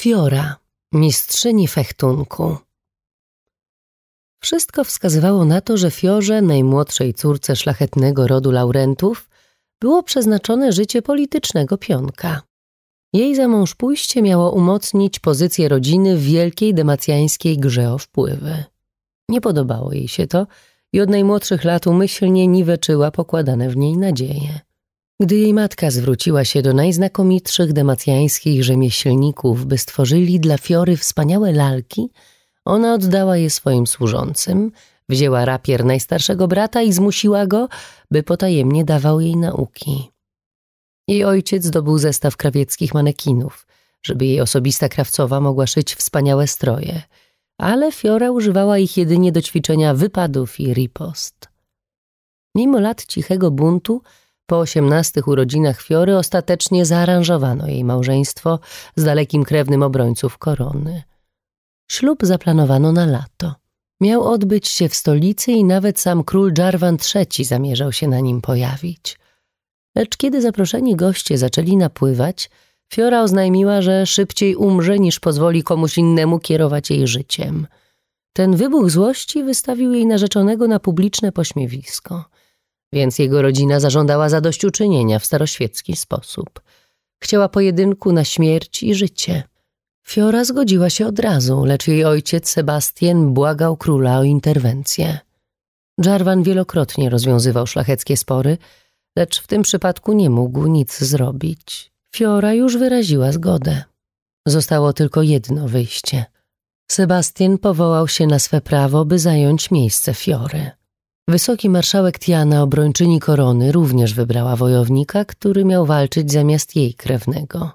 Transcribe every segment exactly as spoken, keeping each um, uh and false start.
Fiora, mistrzyni fechtunku. Wszystko wskazywało na to, że Fiorze, najmłodszej córce szlachetnego rodu Laurentów, było przeznaczone życie politycznego pionka. Jej zamążpójście miało umocnić pozycję rodziny w wielkiej demacjańskiej grze o wpływy. Nie podobało jej się to i od najmłodszych lat umyślnie niweczyła pokładane w niej nadzieje. Gdy jej matka zwróciła się do najznakomitszych demacjańskich rzemieślników, by stworzyli dla Fiory wspaniałe lalki, ona oddała je swoim służącym, wzięła rapier najstarszego brata i zmusiła go, by potajemnie dawał jej nauki. Jej ojciec zdobył zestaw krawieckich manekinów, żeby jej osobista krawcowa mogła szyć wspaniałe stroje, ale Fiora używała ich jedynie do ćwiczenia wypadów i ripost. Mimo lat cichego buntu, po osiemnastych urodzinach Fiory ostatecznie zaaranżowano jej małżeństwo z dalekim krewnym obrońców korony. Ślub zaplanowano na lato. Miał odbyć się w stolicy i nawet sam król Jarvan trzeci zamierzał się na nim pojawić. Lecz kiedy zaproszeni goście zaczęli napływać, Fiora oznajmiła, że szybciej umrze, niż pozwoli komuś innemu kierować jej życiem. Ten wybuch złości wystawił jej narzeczonego na publiczne pośmiewisko, więc jego rodzina zażądała zadośćuczynienia w staroświecki sposób. Chciała pojedynku na śmierć i życie. Fiora zgodziła się od razu, lecz jej ojciec Sebastien błagał króla o interwencję. Jarvan wielokrotnie rozwiązywał szlacheckie spory, lecz w tym przypadku nie mógł nic zrobić. Fiora już wyraziła zgodę. Zostało tylko jedno wyjście. Sebastien powołał się na swe prawo, by zająć miejsce Fiory. Wysoki marszałek Tiana, obrończyni korony, również wybrała wojownika, który miał walczyć zamiast jej krewnego.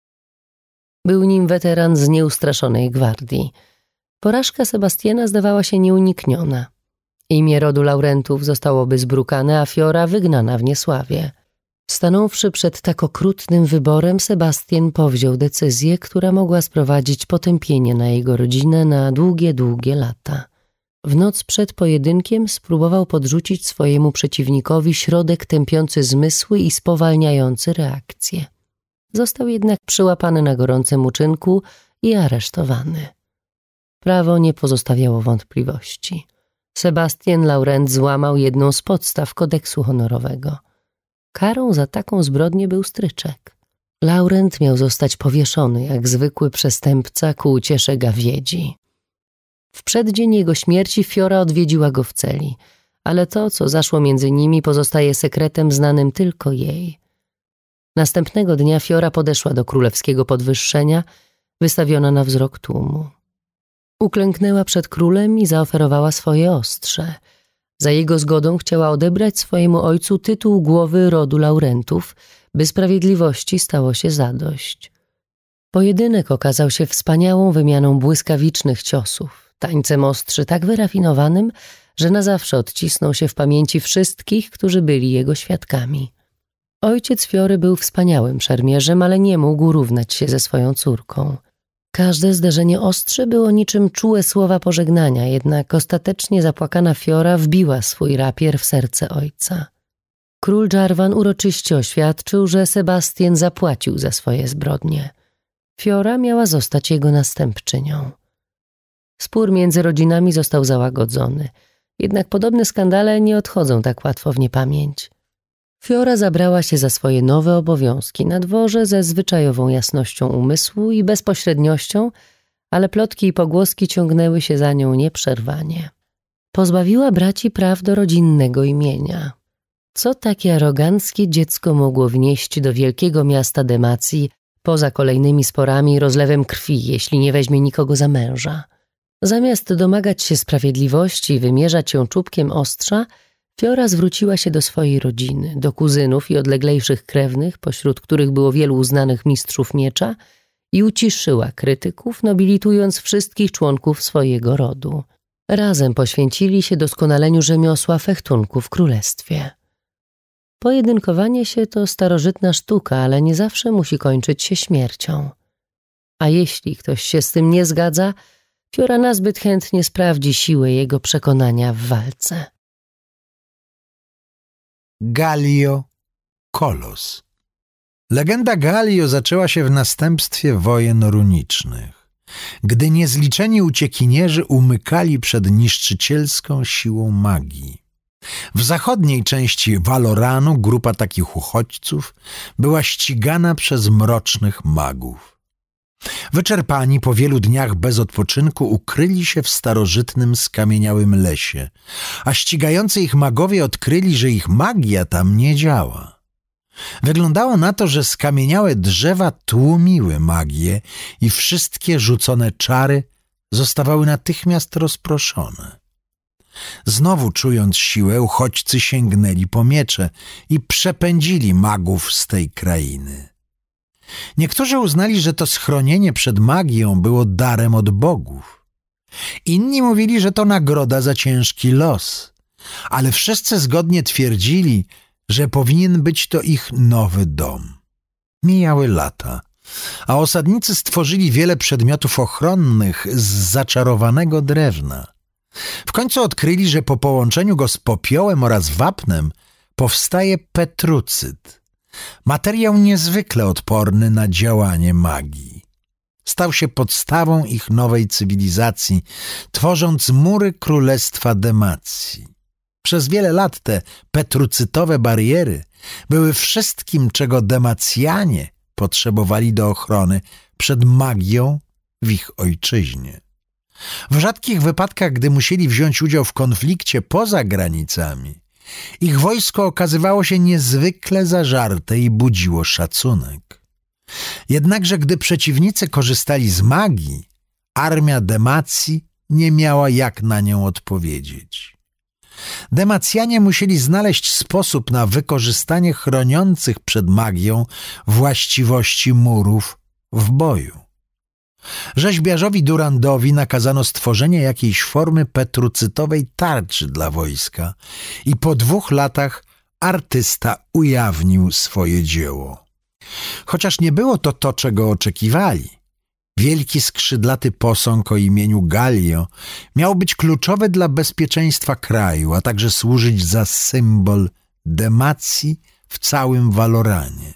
Był nim weteran z nieustraszonej gwardii. Porażka Sebastiana zdawała się nieunikniona. Imię rodu Laurentów zostałoby zbrukane, a Fiora wygnana w niesławie. Stanąwszy przed tak okrutnym wyborem, Sebastien powziął decyzję, która mogła sprowadzić potępienie na jego rodzinę na długie, długie lata. W noc przed pojedynkiem spróbował podrzucić swojemu przeciwnikowi środek tępiący zmysły i spowalniający reakcję. Został jednak przyłapany na gorącym uczynku i aresztowany. Prawo nie pozostawiało wątpliwości. Sebastien Laurent złamał jedną z podstaw kodeksu honorowego. Karą za taką zbrodnię był stryczek. Laurent miał zostać powieszony jak zwykły przestępca ku uciesze gawiedzi. W przeddzień jego śmierci Fiora odwiedziła go w celi, ale to, co zaszło między nimi, pozostaje sekretem znanym tylko jej. Następnego dnia Fiora podeszła do królewskiego podwyższenia, wystawiona na wzrok tłumu. Uklęknęła przed królem i zaoferowała swoje ostrze. Za jego zgodą chciała odebrać swojemu ojcu tytuł głowy rodu Laurentów, by sprawiedliwości stało się zadość. Pojedynek okazał się wspaniałą wymianą błyskawicznych ciosów, tańcem ostrzy tak wyrafinowanym, że na zawsze odcisnął się w pamięci wszystkich, którzy byli jego świadkami. Ojciec Fiory był wspaniałym szermierzem, ale nie mógł równać się ze swoją córką. Każde zderzenie ostrzy było niczym czułe słowa pożegnania, jednak ostatecznie zapłakana Fiora wbiła swój rapier w serce ojca. Król Jarvan uroczyście oświadczył, że Sebastien zapłacił za swoje zbrodnie. Fiora miała zostać jego następczynią. Spór między rodzinami został załagodzony, jednak podobne skandale nie odchodzą tak łatwo w niepamięć. Fiora zabrała się za swoje nowe obowiązki na dworze ze zwyczajową jasnością umysłu i bezpośredniością, ale plotki i pogłoski ciągnęły się za nią nieprzerwanie. Pozbawiła braci praw do rodzinnego imienia. Co takie aroganckie dziecko mogło wnieść do wielkiego miasta Demacji, poza kolejnymi sporami i rozlewem krwi, jeśli nie weźmie nikogo za męża? Zamiast domagać się sprawiedliwości i wymierzać ją czubkiem ostrza, Fiora zwróciła się do swojej rodziny, do kuzynów i odleglejszych krewnych, pośród których było wielu uznanych mistrzów miecza, i uciszyła krytyków, nobilitując wszystkich członków swojego rodu. Razem poświęcili się doskonaleniu rzemiosła fechtunku w królestwie. Pojedynkowanie się to starożytna sztuka, ale nie zawsze musi kończyć się śmiercią. A jeśli ktoś się z tym nie zgadza, Fiora nazbyt chętnie sprawdzi siłę jego przekonania w walce. Gallio Kolos. Legenda Gallio zaczęła się w następstwie wojen runicznych, gdy niezliczeni uciekinierzy umykali przed niszczycielską siłą magii. W zachodniej części Valoranu grupa takich uchodźców była ścigana przez mrocznych magów. Wyczerpani po wielu dniach bez odpoczynku ukryli się w starożytnym skamieniałym lesie, a ścigający ich magowie odkryli, że ich magia tam nie działa. Wyglądało na to, że skamieniałe drzewa tłumiły magię i wszystkie rzucone czary zostawały natychmiast rozproszone. Znowu czując siłę, uchodźcy sięgnęli po miecze i przepędzili magów z tej krainy. Niektórzy uznali, że to schronienie przed magią było darem od bogów. Inni mówili, że to nagroda za ciężki los, ale wszyscy zgodnie twierdzili, że powinien być to ich nowy dom. Mijały lata, a osadnicy stworzyli wiele przedmiotów ochronnych z zaczarowanego drewna. W końcu odkryli, że po połączeniu go z popiołem oraz wapnem powstaje petrucyt, materiał niezwykle odporny na działanie magii. Stał się podstawą ich nowej cywilizacji, tworząc mury królestwa Demacji. Przez wiele lat te petrucytowe bariery były wszystkim, czego Demacjanie potrzebowali do ochrony przed magią w ich ojczyźnie. W rzadkich wypadkach, gdy musieli wziąć udział w konflikcie poza granicami, ich wojsko okazywało się niezwykle zażarte i budziło szacunek. Jednakże gdy przeciwnicy korzystali z magii, armia Demacji nie miała jak na nią odpowiedzieć. Demacjanie musieli znaleźć sposób na wykorzystanie chroniących przed magią właściwości murów w boju. Rzeźbiarzowi Durandowi nakazano stworzenie jakiejś formy petrucytowej tarczy dla wojska i po dwóch latach artysta ujawnił swoje dzieło. Chociaż nie było to to, czego oczekiwali, wielki skrzydlaty posąg o imieniu Gallio miał być kluczowy dla bezpieczeństwa kraju, a także służyć za symbol Demacji w całym Valoranie.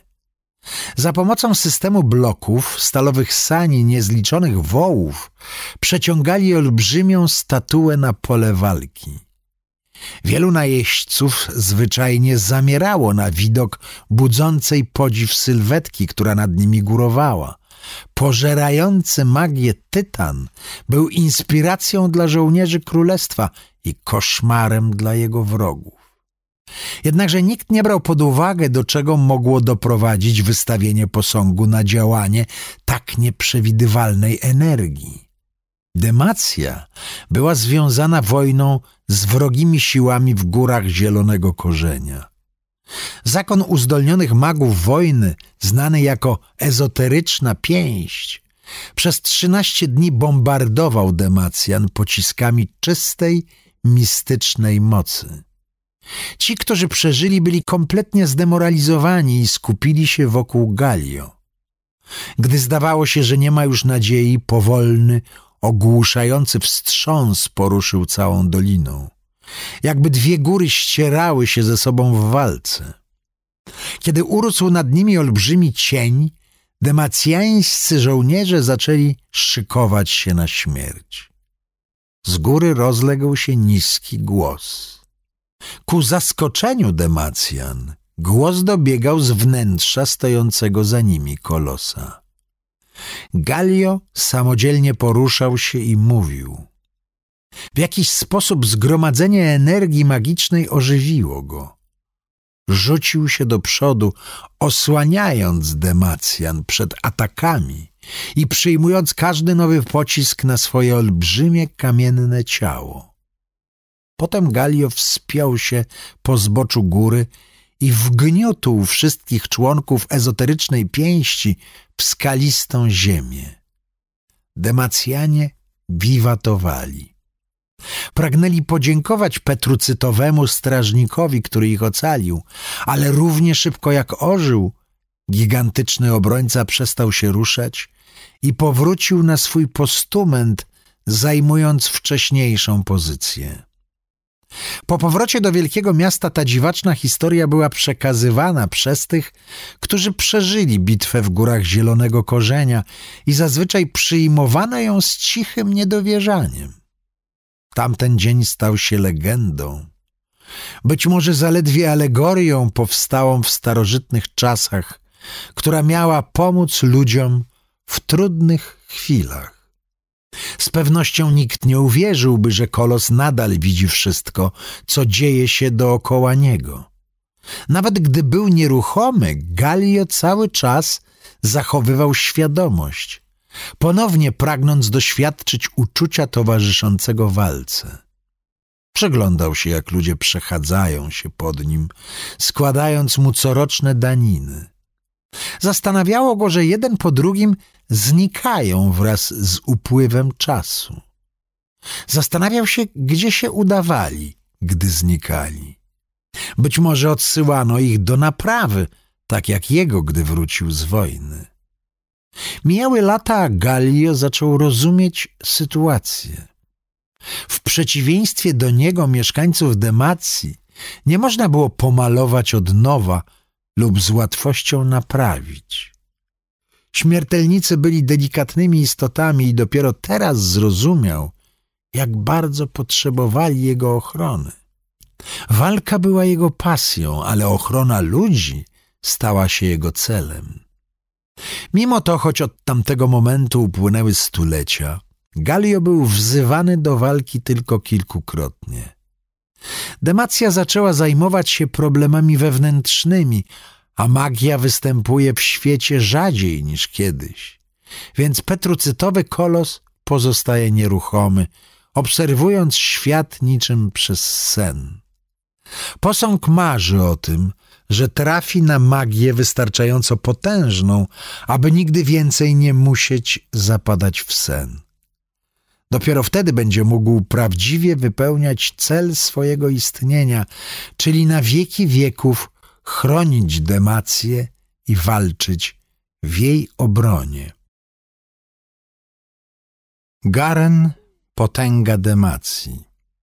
Za pomocą systemu bloków, stalowych sani, niezliczonych wołów przeciągali olbrzymią statuę na pole walki. Wielu najeźdźców zwyczajnie zamierało na widok budzącej podziw sylwetki, która nad nimi górowała. Pożerający magię tytan był inspiracją dla żołnierzy królestwa i koszmarem dla jego wrogów. Jednakże nikt nie brał pod uwagę, do czego mogło doprowadzić wystawienie posągu na działanie tak nieprzewidywalnej energii. Demacja była związana wojną z wrogimi siłami w górach Zielonego Korzenia. Zakon uzdolnionych magów wojny, znany jako ezoteryczna pięść, przez trzynaście dni bombardował Demacjan pociskami czystej, mistycznej mocy. Ci, którzy przeżyli, byli kompletnie zdemoralizowani i skupili się wokół Gallio. Gdy zdawało się, że nie ma już nadziei, powolny, ogłuszający wstrząs poruszył całą doliną. Jakby dwie góry ścierały się ze sobą w walce. Kiedy urósł nad nimi olbrzymi cień, demacjańscy żołnierze zaczęli szykować się na śmierć. Z góry rozległ się niski głos. Ku zaskoczeniu Demacjan głos dobiegał z wnętrza stojącego za nimi kolosa. Gallio samodzielnie poruszał się i mówił. W jakiś sposób zgromadzenie energii magicznej ożywiło go. Rzucił się do przodu, osłaniając Demacjan przed atakami i przyjmując każdy nowy pocisk na swoje olbrzymie kamienne ciało. Potem Gallio wspiął się po zboczu góry i wgniótł wszystkich członków ezoterycznej pięści w skalistą ziemię. Demacjanie wiwatowali. Pragnęli podziękować petrucytowemu strażnikowi, który ich ocalił, ale równie szybko jak ożył, gigantyczny obrońca przestał się ruszać i powrócił na swój postument, zajmując wcześniejszą pozycję. Po powrocie do wielkiego miasta ta dziwaczna historia była przekazywana przez tych, którzy przeżyli bitwę w górach Zielonego Korzenia i zazwyczaj przyjmowano ją z cichym niedowierzaniem. Tamten dzień stał się legendą, być może zaledwie alegorią powstałą w starożytnych czasach, która miała pomóc ludziom w trudnych chwilach. Z pewnością nikt nie uwierzyłby, że kolos nadal widzi wszystko, co dzieje się dookoła niego. Nawet gdy był nieruchomy, Gallio cały czas zachowywał świadomość, ponownie pragnąc doświadczyć uczucia towarzyszącego walce. Przeglądał się, jak ludzie przechadzają się pod nim, składając mu coroczne daniny. Zastanawiało go, że jeden po drugim znikają wraz z upływem czasu. Zastanawiał się, gdzie się udawali, gdy znikali. Być może odsyłano ich do naprawy, tak jak jego, gdy wrócił z wojny. Mijały lata, a Gallio zaczął rozumieć sytuację. W przeciwieństwie do niego mieszkańców Demacji nie można było pomalować od nowa lub z łatwością naprawić. Śmiertelnicy byli delikatnymi istotami i dopiero teraz zrozumiał, jak bardzo potrzebowali jego ochrony. Walka była jego pasją, ale ochrona ludzi stała się jego celem. Mimo to, choć od tamtego momentu upłynęły stulecia, Gallio był wzywany do walki tylko kilkukrotnie. Demacja zaczęła zajmować się problemami wewnętrznymi, a magia występuje w świecie rzadziej niż kiedyś. Więc petrucytowy kolos pozostaje nieruchomy, obserwując świat niczym przez sen. Posąg marzy o tym, że trafi na magię wystarczająco potężną, aby nigdy więcej nie musieć zapadać w sen. Dopiero wtedy będzie mógł prawdziwie wypełniać cel swojego istnienia, czyli na wieki wieków chronić Demację i walczyć w jej obronie. Garen, potęga Demacji.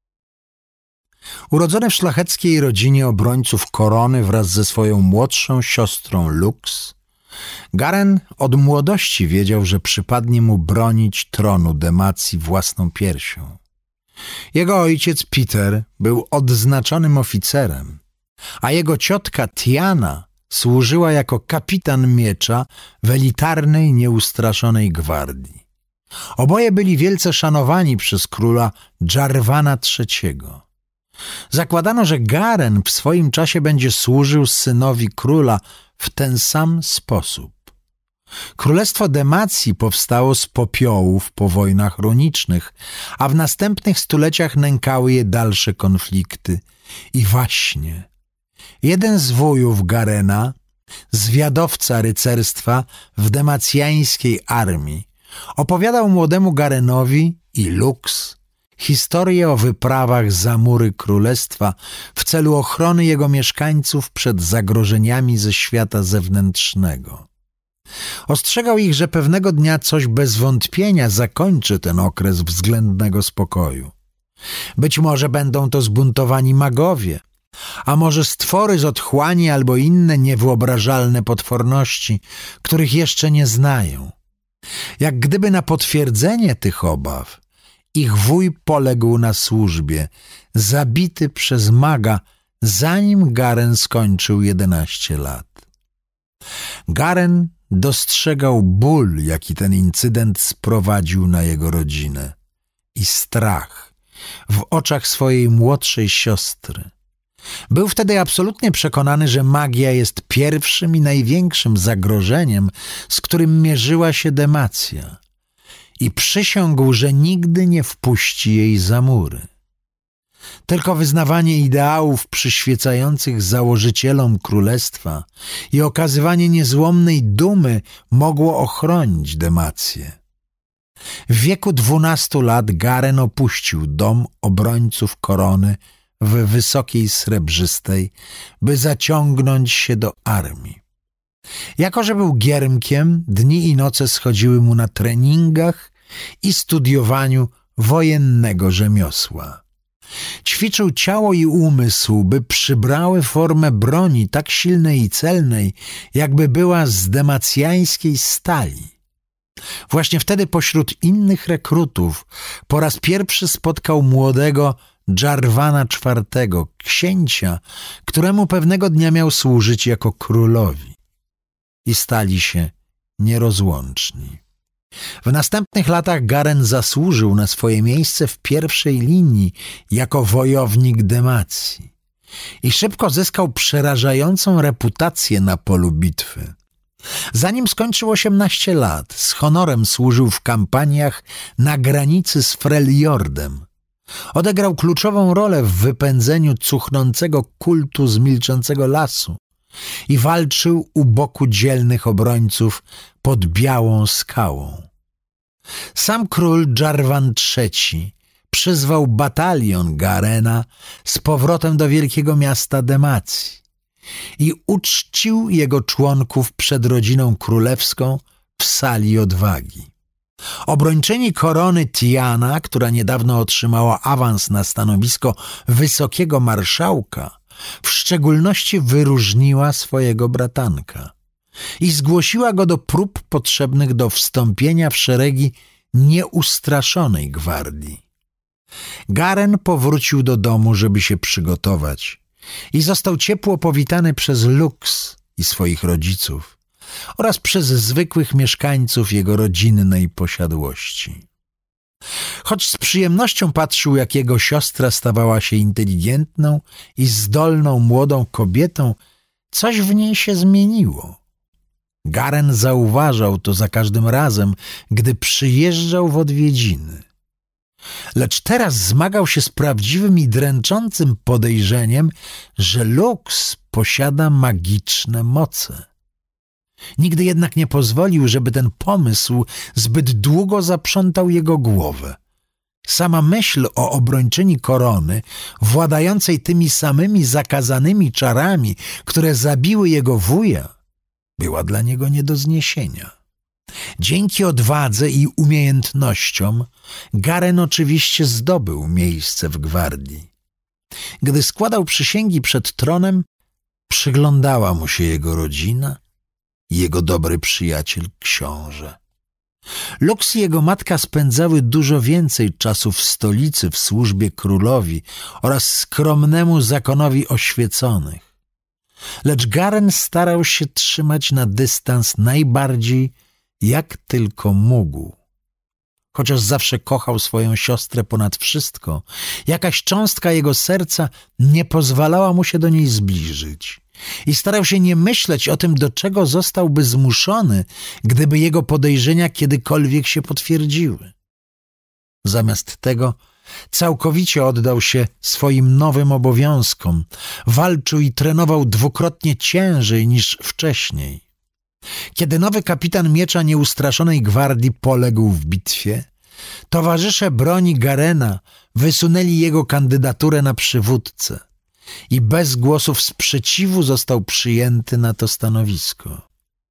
Urodzony w szlacheckiej rodzinie obrońców korony wraz ze swoją młodszą siostrą Lux, Garen od młodości wiedział, że przypadnie mu bronić tronu Demacji własną piersią. Jego ojciec Peter był odznaczonym oficerem, a jego ciotka Tiana służyła jako kapitan miecza w elitarnej, nieustraszonej gwardii. Oboje byli wielce szanowani przez króla Jarvana trzeciego. Zakładano, że Garen w swoim czasie będzie służył synowi króla w ten sam sposób. Królestwo Demacji powstało z popiołów po wojnach runicznych, a w następnych stuleciach nękały je dalsze konflikty i waśnie. Jeden z wujów Garena, zwiadowca rycerstwa w demacjańskiej armii, opowiadał młodemu Garenowi i Lux historię o wyprawach za mury królestwa w celu ochrony jego mieszkańców przed zagrożeniami ze świata zewnętrznego. Ostrzegał ich, że pewnego dnia coś bez wątpienia zakończy ten okres względnego spokoju. Być może będą to zbuntowani magowie, a może stwory z otchłani albo inne niewyobrażalne potworności, których jeszcze nie znają. Jak gdyby na potwierdzenie tych obaw, ich wuj poległ na służbie, zabity przez maga, zanim Garen skończył jedenaście lat. Garen dostrzegał ból, jaki ten incydent sprowadził na jego rodzinę, i strach w oczach swojej młodszej siostry. Był wtedy absolutnie przekonany, że magia jest pierwszym i największym zagrożeniem, z którym mierzyła się Demacja, i przysiągł, że nigdy nie wpuści jej za mury. Tylko wyznawanie ideałów przyświecających założycielom królestwa i okazywanie niezłomnej dumy mogło ochronić Demację. W wieku dwunastu lat Garen opuścił dom obrońców korony w Wysokiej Srebrzystej, by zaciągnąć się do armii. Jako że był giermkiem, dni i noce schodziły mu na treningach i studiowaniu wojennego rzemiosła. Ćwiczył ciało i umysł, by przybrały formę broni tak silnej i celnej, jakby była z demacjańskiej stali. Właśnie wtedy pośród innych rekrutów po raz pierwszy spotkał młodego Jarvana czwartego, księcia, któremu pewnego dnia miał służyć jako królowi. I stali się nierozłączni. W następnych latach Garen zasłużył na swoje miejsce w pierwszej linii jako wojownik Demacji i szybko zyskał przerażającą reputację na polu bitwy. Zanim skończył osiemnaście lat, z honorem służył w kampaniach na granicy z Freljordem. Odegrał kluczową rolę w wypędzeniu cuchnącego kultu z milczącego lasu i walczył u boku dzielnych obrońców pod Białą Skałą. Sam król Jarvan trzeci przyzwał batalion Garena z powrotem do wielkiego miasta Demacji i uczcił jego członków przed rodziną królewską w sali odwagi. Obrończyni korony Tiana, która niedawno otrzymała awans na stanowisko wysokiego marszałka, w szczególności wyróżniła swojego bratanka i zgłosiła go do prób potrzebnych do wstąpienia w szeregi nieustraszonej gwardii. Garen powrócił do domu, żeby się przygotować i został ciepło powitany przez Lux i swoich rodziców oraz przez zwykłych mieszkańców jego rodzinnej posiadłości. Choć z przyjemnością patrzył, jak jego siostra stawała się inteligentną i zdolną młodą kobietą, coś w niej się zmieniło. Garen zauważał to za każdym razem, gdy przyjeżdżał w odwiedziny. Lecz teraz zmagał się z prawdziwym i dręczącym podejrzeniem, że Lux posiada magiczne moce. Nigdy jednak nie pozwolił, żeby ten pomysł zbyt długo zaprzątał jego głowę. Sama myśl o obrończyni korony, władającej tymi samymi zakazanymi czarami, które zabiły jego wuja, była dla niego nie do zniesienia. Dzięki odwadze i umiejętnościom Garen oczywiście zdobył miejsce w gwardii. Gdy składał przysięgi przed tronem, przyglądała mu się jego rodzina i jego dobry przyjaciel książę. Lux i jego matka spędzały dużo więcej czasu w stolicy w służbie królowi oraz skromnemu zakonowi oświeconych. Lecz Garen starał się trzymać na dystans najbardziej, jak tylko mógł. Chociaż zawsze kochał swoją siostrę ponad wszystko, jakaś cząstka jego serca nie pozwalała mu się do niej zbliżyć i starał się nie myśleć o tym, do czego zostałby zmuszony, gdyby jego podejrzenia kiedykolwiek się potwierdziły. Zamiast tego całkowicie oddał się swoim nowym obowiązkom, walczył i trenował dwukrotnie ciężej niż wcześniej. Kiedy nowy kapitan miecza nieustraszonej gwardii poległ w bitwie, towarzysze broni Garena wysunęli jego kandydaturę na przywódcę i bez głosów sprzeciwu został przyjęty na to stanowisko.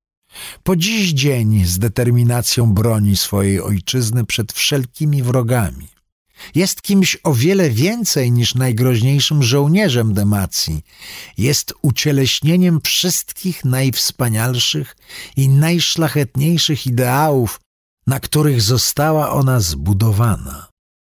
Po dziś dzień z determinacją broni swojej ojczyzny przed wszelkimi wrogami. Jest kimś o wiele więcej niż najgroźniejszym żołnierzem Demacji. Jest ucieleśnieniem wszystkich najwspanialszych i najszlachetniejszych ideałów, na których została ona zbudowana.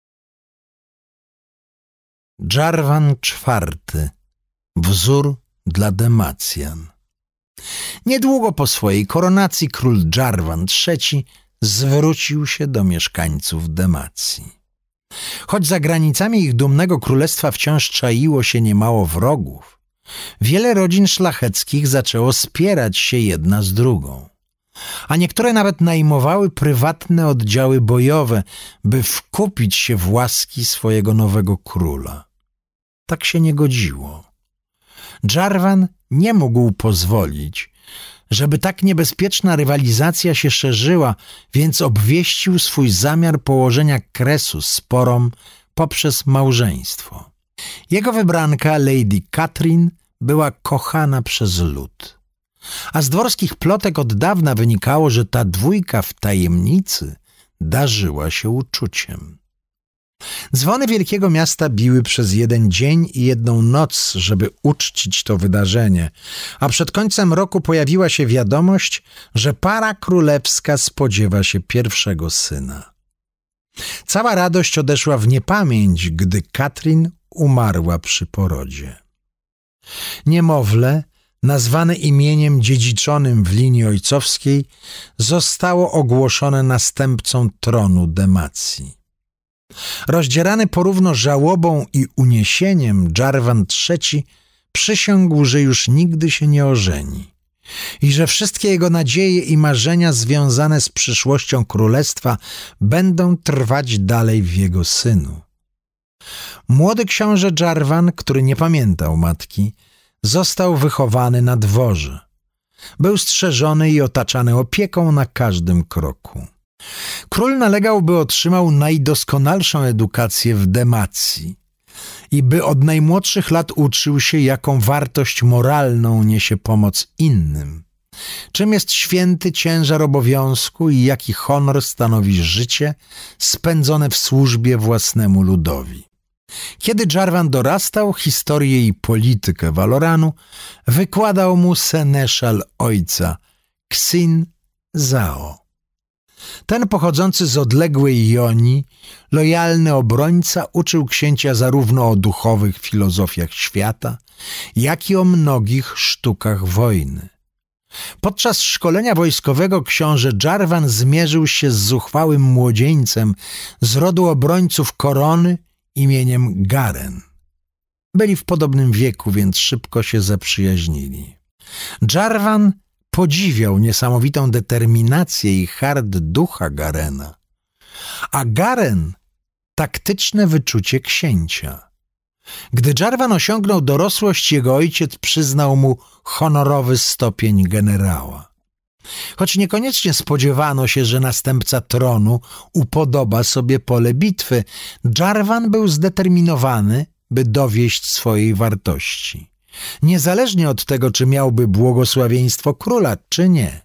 Jarvan czwarty. Wzór dla Demacjan. Niedługo po swojej koronacji król Jarvan trzeci zwrócił się do mieszkańców Demacji. Choć za granicami ich dumnego królestwa wciąż czaiło się niemało wrogów, wiele rodzin szlacheckich zaczęło spierać się jedna z drugą, a niektóre nawet najmowały prywatne oddziały bojowe, by wkupić się w łaski swojego nowego króla. Tak się nie godziło. Jarvan nie mógł pozwolić, żeby tak niebezpieczna rywalizacja się szerzyła, więc obwieścił swój zamiar położenia kresu sporom poprzez małżeństwo. Jego wybranka, Lady Catherine, była kochana przez lud, a z dworskich plotek od dawna wynikało, że ta dwójka w tajemnicy darzyła się uczuciem. Dzwony wielkiego miasta biły przez jeden dzień i jedną noc, żeby uczcić to wydarzenie, a przed końcem roku pojawiła się wiadomość, że para królewska spodziewa się pierwszego syna. Cała radość odeszła w niepamięć, gdy Katrin umarła przy porodzie. Niemowlę, nazwane imieniem dziedziczonym w linii ojcowskiej, zostało ogłoszone następcą tronu Demacji. Rozdzierany porówno żałobą i uniesieniem, Dżarwan trzeci przysiągł, że już nigdy się nie ożeni i że wszystkie jego nadzieje i marzenia związane z przyszłością królestwa będą trwać dalej w jego synu. Młody książę Dżarwan, który nie pamiętał matki, został wychowany na dworze. Był strzeżony i otaczany opieką na każdym kroku. Król nalegał, by otrzymał najdoskonalszą edukację w Demacji i by od najmłodszych lat uczył się, jaką wartość moralną niesie pomoc innym, czym jest święty ciężar obowiązku i jaki honor stanowi życie spędzone w służbie własnemu ludowi. Kiedy Dżarwan dorastał, historię i politykę Valoranu wykładał mu seneszal ojca Xin Zhao. Ten pochodzący z odległej Jonii, lojalny obrońca, uczył księcia zarówno o duchowych filozofiach świata, jak i o mnogich sztukach wojny. Podczas szkolenia wojskowego książę Dżarwan zmierzył się z zuchwałym młodzieńcem z rodu obrońców korony imieniem Garen. Byli w podobnym wieku, więc szybko się zaprzyjaźnili. Dżarwan podziwiał niesamowitą determinację i hart ducha Garena, a Garen taktyczne wyczucie księcia. Gdy Dżarwan osiągnął dorosłość, jego ojciec przyznał mu honorowy stopień generała. Choć niekoniecznie spodziewano się, że następca tronu upodoba sobie pole bitwy, Dżarwan był zdeterminowany, by dowieść swojej wartości. Niezależnie od tego, czy miałby błogosławieństwo króla, czy nie.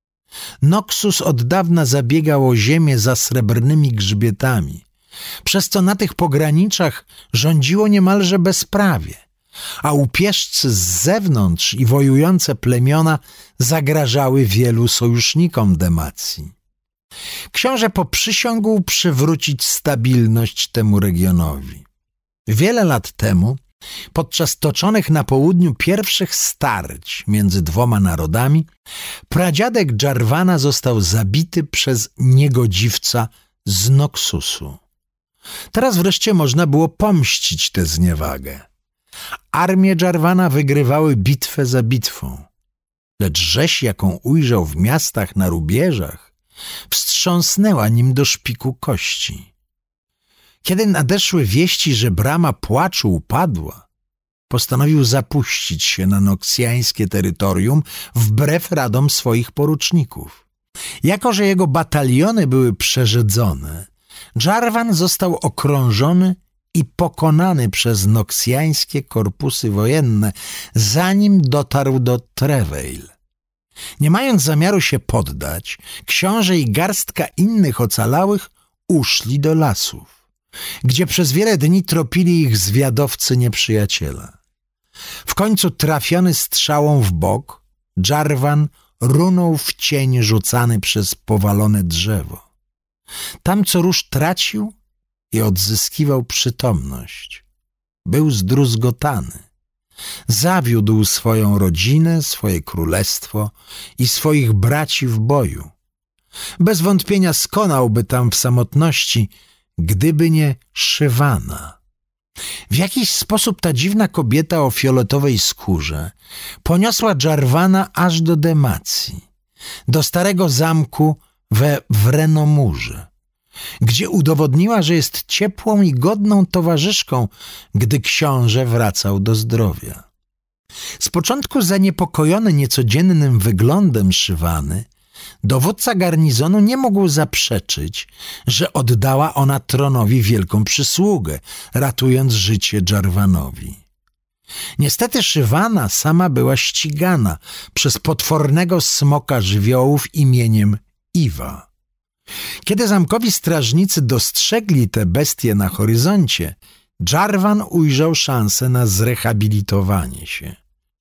Noxus od dawna zabiegał o ziemię za srebrnymi grzbietami, przez co na tych pograniczach rządziło niemalże bezprawie, a upieżcy z zewnątrz i wojujące plemiona zagrażały wielu sojusznikom Demacji. Książę poprzysiągł przywrócić stabilność temu regionowi. Wiele lat temu, podczas toczonych na południu pierwszych starć między dwoma narodami, pradziadek Dżarwana został zabity przez niegodziwca z Noxusu. Teraz wreszcie można było pomścić tę zniewagę. Armie Dżarwana wygrywały bitwę za bitwą, lecz rzeź, jaką ujrzał w miastach na rubieżach, wstrząsnęła nim do szpiku kości. Kiedy nadeszły wieści, że brama płaczu upadła, postanowił zapuścić się na noksjańskie terytorium wbrew radom swoich poruczników. Jako że jego bataliony były przerzedzone, Dżarwan został okrążony i pokonany przez noksjańskie korpusy wojenne, zanim dotarł do Treveil. Nie mając zamiaru się poddać, książę i garstka innych ocalałych uszli do lasów, gdzie przez wiele dni tropili ich zwiadowcy nieprzyjaciela. W końcu trafiony strzałą w bok, Dżarwan runął w cień rzucany przez powalone drzewo. Tam co rusz tracił i odzyskiwał przytomność. Był zdruzgotany. Zawiódł swoją rodzinę, swoje królestwo i swoich braci w boju. Bez wątpienia skonałby tam w samotności, gdyby nie Szywana. W jakiś sposób ta dziwna kobieta o fioletowej skórze poniosła Dżarwana aż do Demacji, do starego zamku we Wrenomurze, gdzie udowodniła, że jest ciepłą i godną towarzyszką, gdy książę wracał do zdrowia. Z początku zaniepokojony niecodziennym wyglądem Szywany, dowódca garnizonu nie mógł zaprzeczyć, że oddała ona tronowi wielką przysługę, ratując życie Dżarwanowi. Niestety Szywana sama była ścigana przez potwornego smoka żywiołów imieniem Iwa. Kiedy zamkowi strażnicy dostrzegli te bestie na horyzoncie, Jarvan ujrzał szansę na zrehabilitowanie się.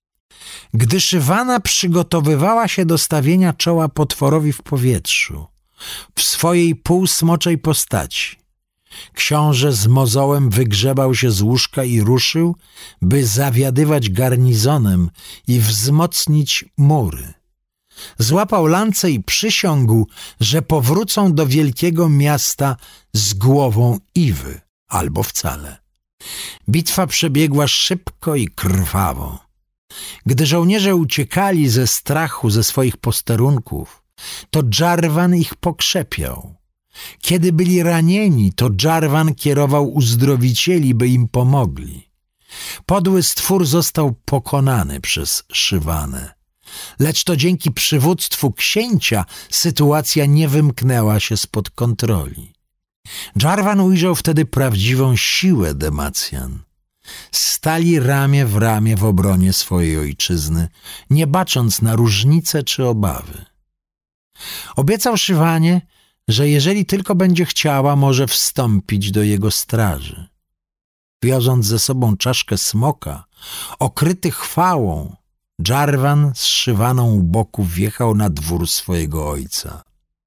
Gdy Szywana przygotowywała się do stawienia czoła potworowi w powietrzu, w swojej półsmoczej postaci, książę z mozołem wygrzebał się z łóżka i ruszył, by zawiadywać garnizonem i wzmocnić mury. Złapał lancę i przysiągł, że powrócą do wielkiego miasta z głową Iwy, albo wcale. Bitwa przebiegła szybko i krwawo. Gdy żołnierze uciekali ze strachu ze swoich posterunków, to Jarvan ich pokrzepiał. Kiedy byli ranieni, to Jarvan kierował uzdrowicieli, by im pomogli. Podły stwór został pokonany przez Szywanę. Lecz to dzięki przywództwu księcia sytuacja nie wymknęła się spod kontroli. Jarvan ujrzał wtedy prawdziwą siłę Demacjan. Stali ramię w ramię w obronie swojej ojczyzny, nie bacząc na różnice czy obawy. Obiecał Szywanie, że jeżeli tylko będzie chciała, może wstąpić do jego straży. Wioząc ze sobą czaszkę smoka, okryty chwałą, Jarvan z Szywaną u boku wjechał na dwór swojego ojca.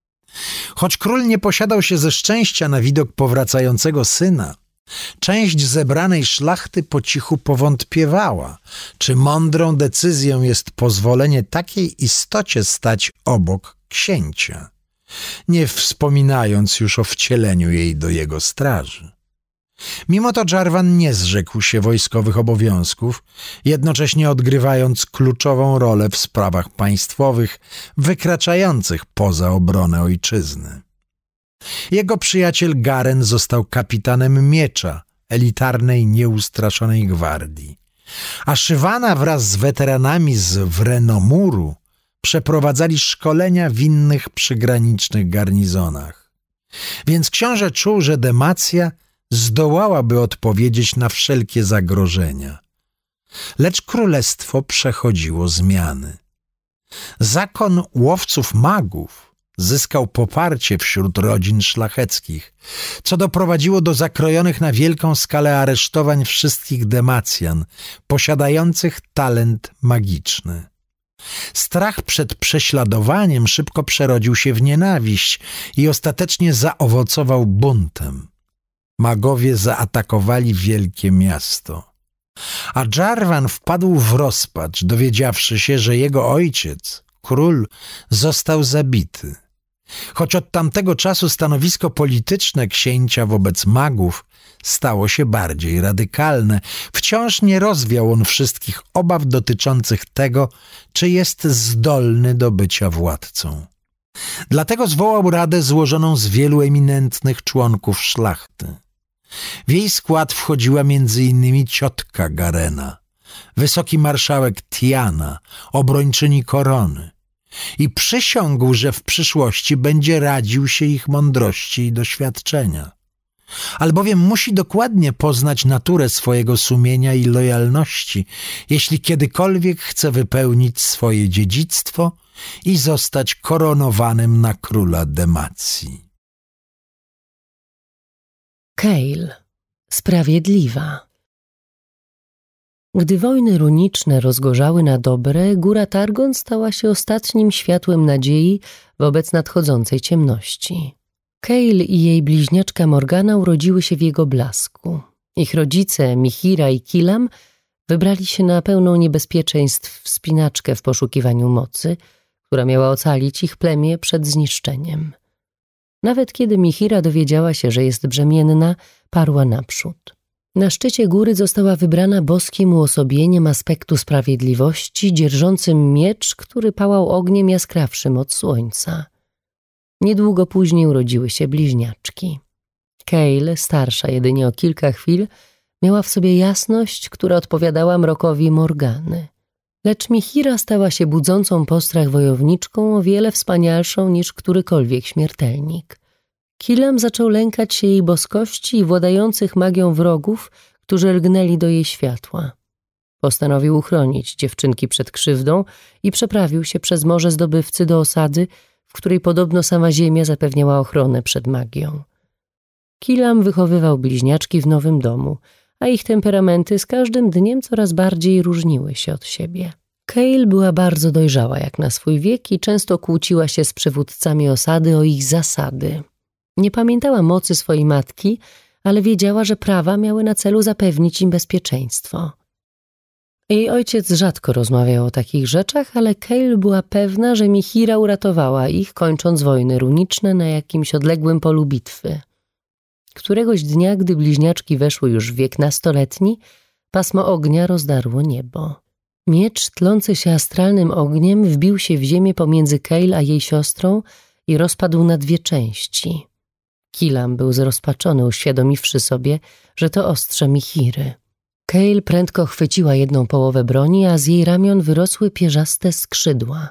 Choć król nie posiadał się ze szczęścia na widok powracającego syna, część zebranej szlachty po cichu powątpiewała, czy mądrą decyzją jest pozwolenie takiej istocie stać obok księcia, nie wspominając już o wcieleniu jej do jego straży. Mimo to Jarvan nie zrzekł się wojskowych obowiązków, jednocześnie odgrywając kluczową rolę w sprawach państwowych wykraczających poza obronę ojczyzny. Jego przyjaciel Garen został kapitanem miecza, elitarnej, nieustraszonej gwardii, a Szywana wraz z weteranami z Wrenomuru przeprowadzali szkolenia w innych przygranicznych garnizonach. Więc książę czuł, że Demacja zdołałaby odpowiedzieć na wszelkie zagrożenia. Lecz królestwo przechodziło zmiany. Zakon łowców magów zyskał poparcie wśród rodzin szlacheckich, co doprowadziło do zakrojonych na wielką skalę aresztowań wszystkich Demacjan posiadających talent magiczny. Strach przed prześladowaniem szybko przerodził się w nienawiść i ostatecznie zaowocował buntem. Magowie zaatakowali wielkie miasto, a Jarvan wpadł w rozpacz, dowiedziawszy się, że jego ojciec, król, został zabity. Choć od tamtego czasu stanowisko polityczne księcia wobec magów stało się bardziej radykalne, wciąż nie rozwiał on wszystkich obaw dotyczących tego, czy jest zdolny do bycia władcą. Dlatego zwołał radę złożoną z wielu eminentnych członków szlachty. W jej skład wchodziła między innymi ciotka Garena, wysoki marszałek Tiana, obrończyni korony, i przysiągł, że w przyszłości będzie radził się ich mądrości i doświadczenia. Albowiem musi dokładnie poznać naturę swojego sumienia i lojalności, jeśli kiedykolwiek chce wypełnić swoje dziedzictwo i zostać koronowanym na króla Demacji. Kael, sprawiedliwa. Gdy wojny runiczne rozgorzały na dobre, góra Targon stała się ostatnim światłem nadziei wobec nadchodzącej ciemności. Kael i jej bliźniaczka Morgana urodziły się w jego blasku. Ich rodzice, Mihira i Kilam, wybrali się na pełną niebezpieczeństw wspinaczkę w poszukiwaniu mocy, która miała ocalić ich plemię przed zniszczeniem. Nawet kiedy Mihira dowiedziała się, że jest brzemienna, parła naprzód. Na szczycie góry została wybrana boskim uosobieniem aspektu sprawiedliwości, dzierżącym miecz, który pałał ogniem jaskrawszym od słońca. Niedługo później urodziły się bliźniaczki. Kael, starsza jedynie o kilka chwil, miała w sobie jasność, która odpowiadała mrokowi Morgany. Lecz Mihira stała się budzącą postrach wojowniczką o wiele wspanialszą niż którykolwiek śmiertelnik. Kilam zaczął lękać się jej boskości i władających magią wrogów, którzy lgnęli do jej światła. Postanowił uchronić dziewczynki przed krzywdą i przeprawił się przez Morze Zdobywcy do osady, w której podobno sama ziemia zapewniała ochronę przed magią. Kilam wychowywał bliźniaczki w nowym domu, a ich temperamenty z każdym dniem coraz bardziej różniły się od siebie. Cale była bardzo dojrzała jak na swój wiek i często kłóciła się z przywódcami osady o ich zasady. Nie pamiętała mocy swojej matki, ale wiedziała, że prawa miały na celu zapewnić im bezpieczeństwo. Jej ojciec rzadko rozmawiał o takich rzeczach, ale Cale była pewna, że Mihira uratowała ich, kończąc wojny runiczne na jakimś odległym polu bitwy. Któregoś dnia, gdy bliźniaczki weszły już w wiek nastoletni, pasmo ognia rozdarło niebo. Miecz, tlący się astralnym ogniem, wbił się w ziemię pomiędzy Cale a jej siostrą i rozpadł na dwie części. Kilam był zrozpaczony, uświadomiwszy sobie, że to ostrze Mihiry. Cale prędko chwyciła jedną połowę broni, a z jej ramion wyrosły pierzaste skrzydła.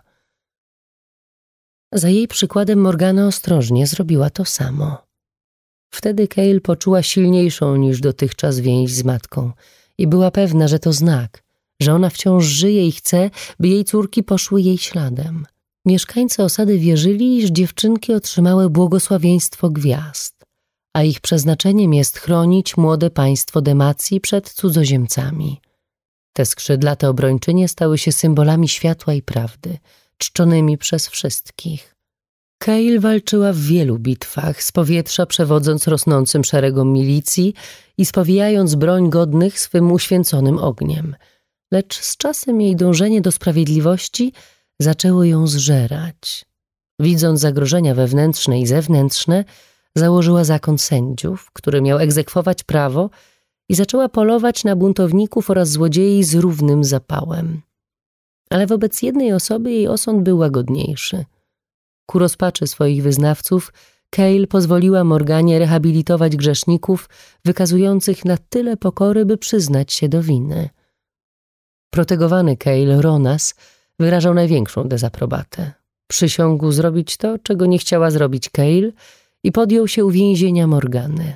Za jej przykładem Morgana ostrożnie zrobiła to samo. Wtedy Cale poczuła silniejszą niż dotychczas więź z matką i była pewna, że to znak, że ona wciąż żyje i chce, by jej córki poszły jej śladem. Mieszkańcy osady wierzyli, iż dziewczynki otrzymały błogosławieństwo gwiazd, a ich przeznaczeniem jest chronić młode państwo Demacji przed cudzoziemcami. Te skrzydlate obrończynie stały się symbolami światła i prawdy, czczonymi przez wszystkich. Cale walczyła w wielu bitwach, z powietrza przewodząc rosnącym szeregom milicji i spowijając broń godnych swym uświęconym ogniem. Lecz z czasem jej dążenie do sprawiedliwości zaczęło ją zżerać. Widząc zagrożenia wewnętrzne i zewnętrzne, założyła zakon sędziów, który miał egzekwować prawo, i zaczęła polować na buntowników oraz złodziei z równym zapałem. Ale wobec jednej osoby jej osąd był łagodniejszy. Ku rozpaczy swoich wyznawców Cale pozwoliła Morganie rehabilitować grzeszników wykazujących na tyle pokory, by przyznać się do winy. Protegowany Cale, Ronas, wyrażał największą dezaprobatę. Przysiągł zrobić to, czego nie chciała zrobić Cale, i podjął się uwięzienia Morgany.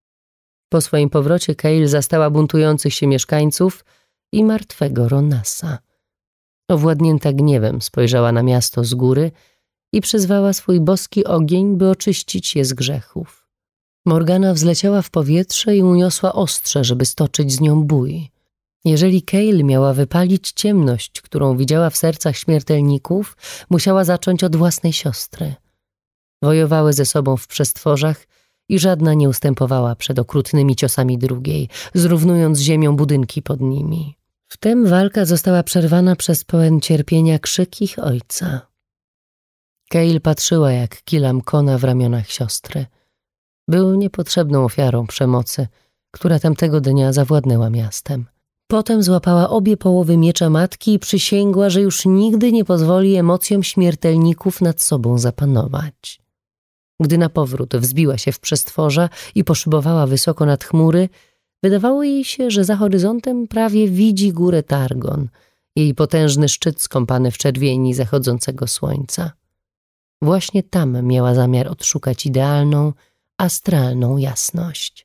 Po swoim powrocie Cale zastała buntujących się mieszkańców i martwego Ronasa. Owładnięta gniewem spojrzała na miasto z góry i przyzwała swój boski ogień, by oczyścić je z grzechów. Morgana wzleciała w powietrze i uniosła ostrze, żeby stoczyć z nią bój. Jeżeli Cale miała wypalić ciemność, którą widziała w sercach śmiertelników, musiała zacząć od własnej siostry. Wojowały ze sobą w przestworzach i żadna nie ustępowała przed okrutnymi ciosami drugiej, zrównując z ziemią budynki pod nimi. Wtem walka została przerwana przez pełen cierpienia krzyk ich ojca. Cale patrzyła, jak Kilam kona w ramionach siostry. Był niepotrzebną ofiarą przemocy, która tamtego dnia zawładnęła miastem. Potem złapała obie połowy miecza matki i przysięgła, że już nigdy nie pozwoli emocjom śmiertelników nad sobą zapanować. Gdy na powrót wzbiła się w przestworza i poszybowała wysoko nad chmury, wydawało jej się, że za horyzontem prawie widzi górę Targon, jej potężny szczyt skąpany w czerwieni zachodzącego słońca. Właśnie tam miała zamiar odszukać idealną, astralną jasność.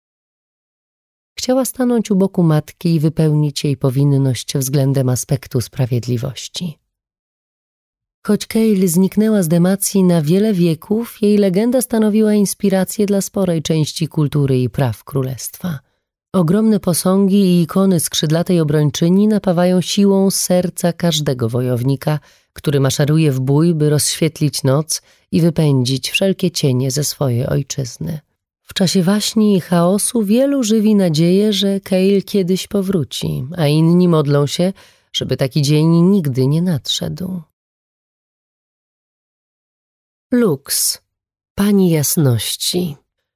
Chciała stanąć u boku matki i wypełnić jej powinność względem aspektu sprawiedliwości. Choć Cale zniknęła z Demacji na wiele wieków, jej legenda stanowiła inspirację dla sporej części kultury i praw królestwa. Ogromne posągi i ikony skrzydlatej obrończyni napawają siłą serca każdego wojownika, który maszeruje w bój, by rozświetlić noc i wypędzić wszelkie cienie ze swojej ojczyzny. W czasie waśni i chaosu wielu żywi nadzieję, że Cale kiedyś powróci, a inni modlą się, żeby taki dzień nigdy nie nadszedł. Lux, pani jasności.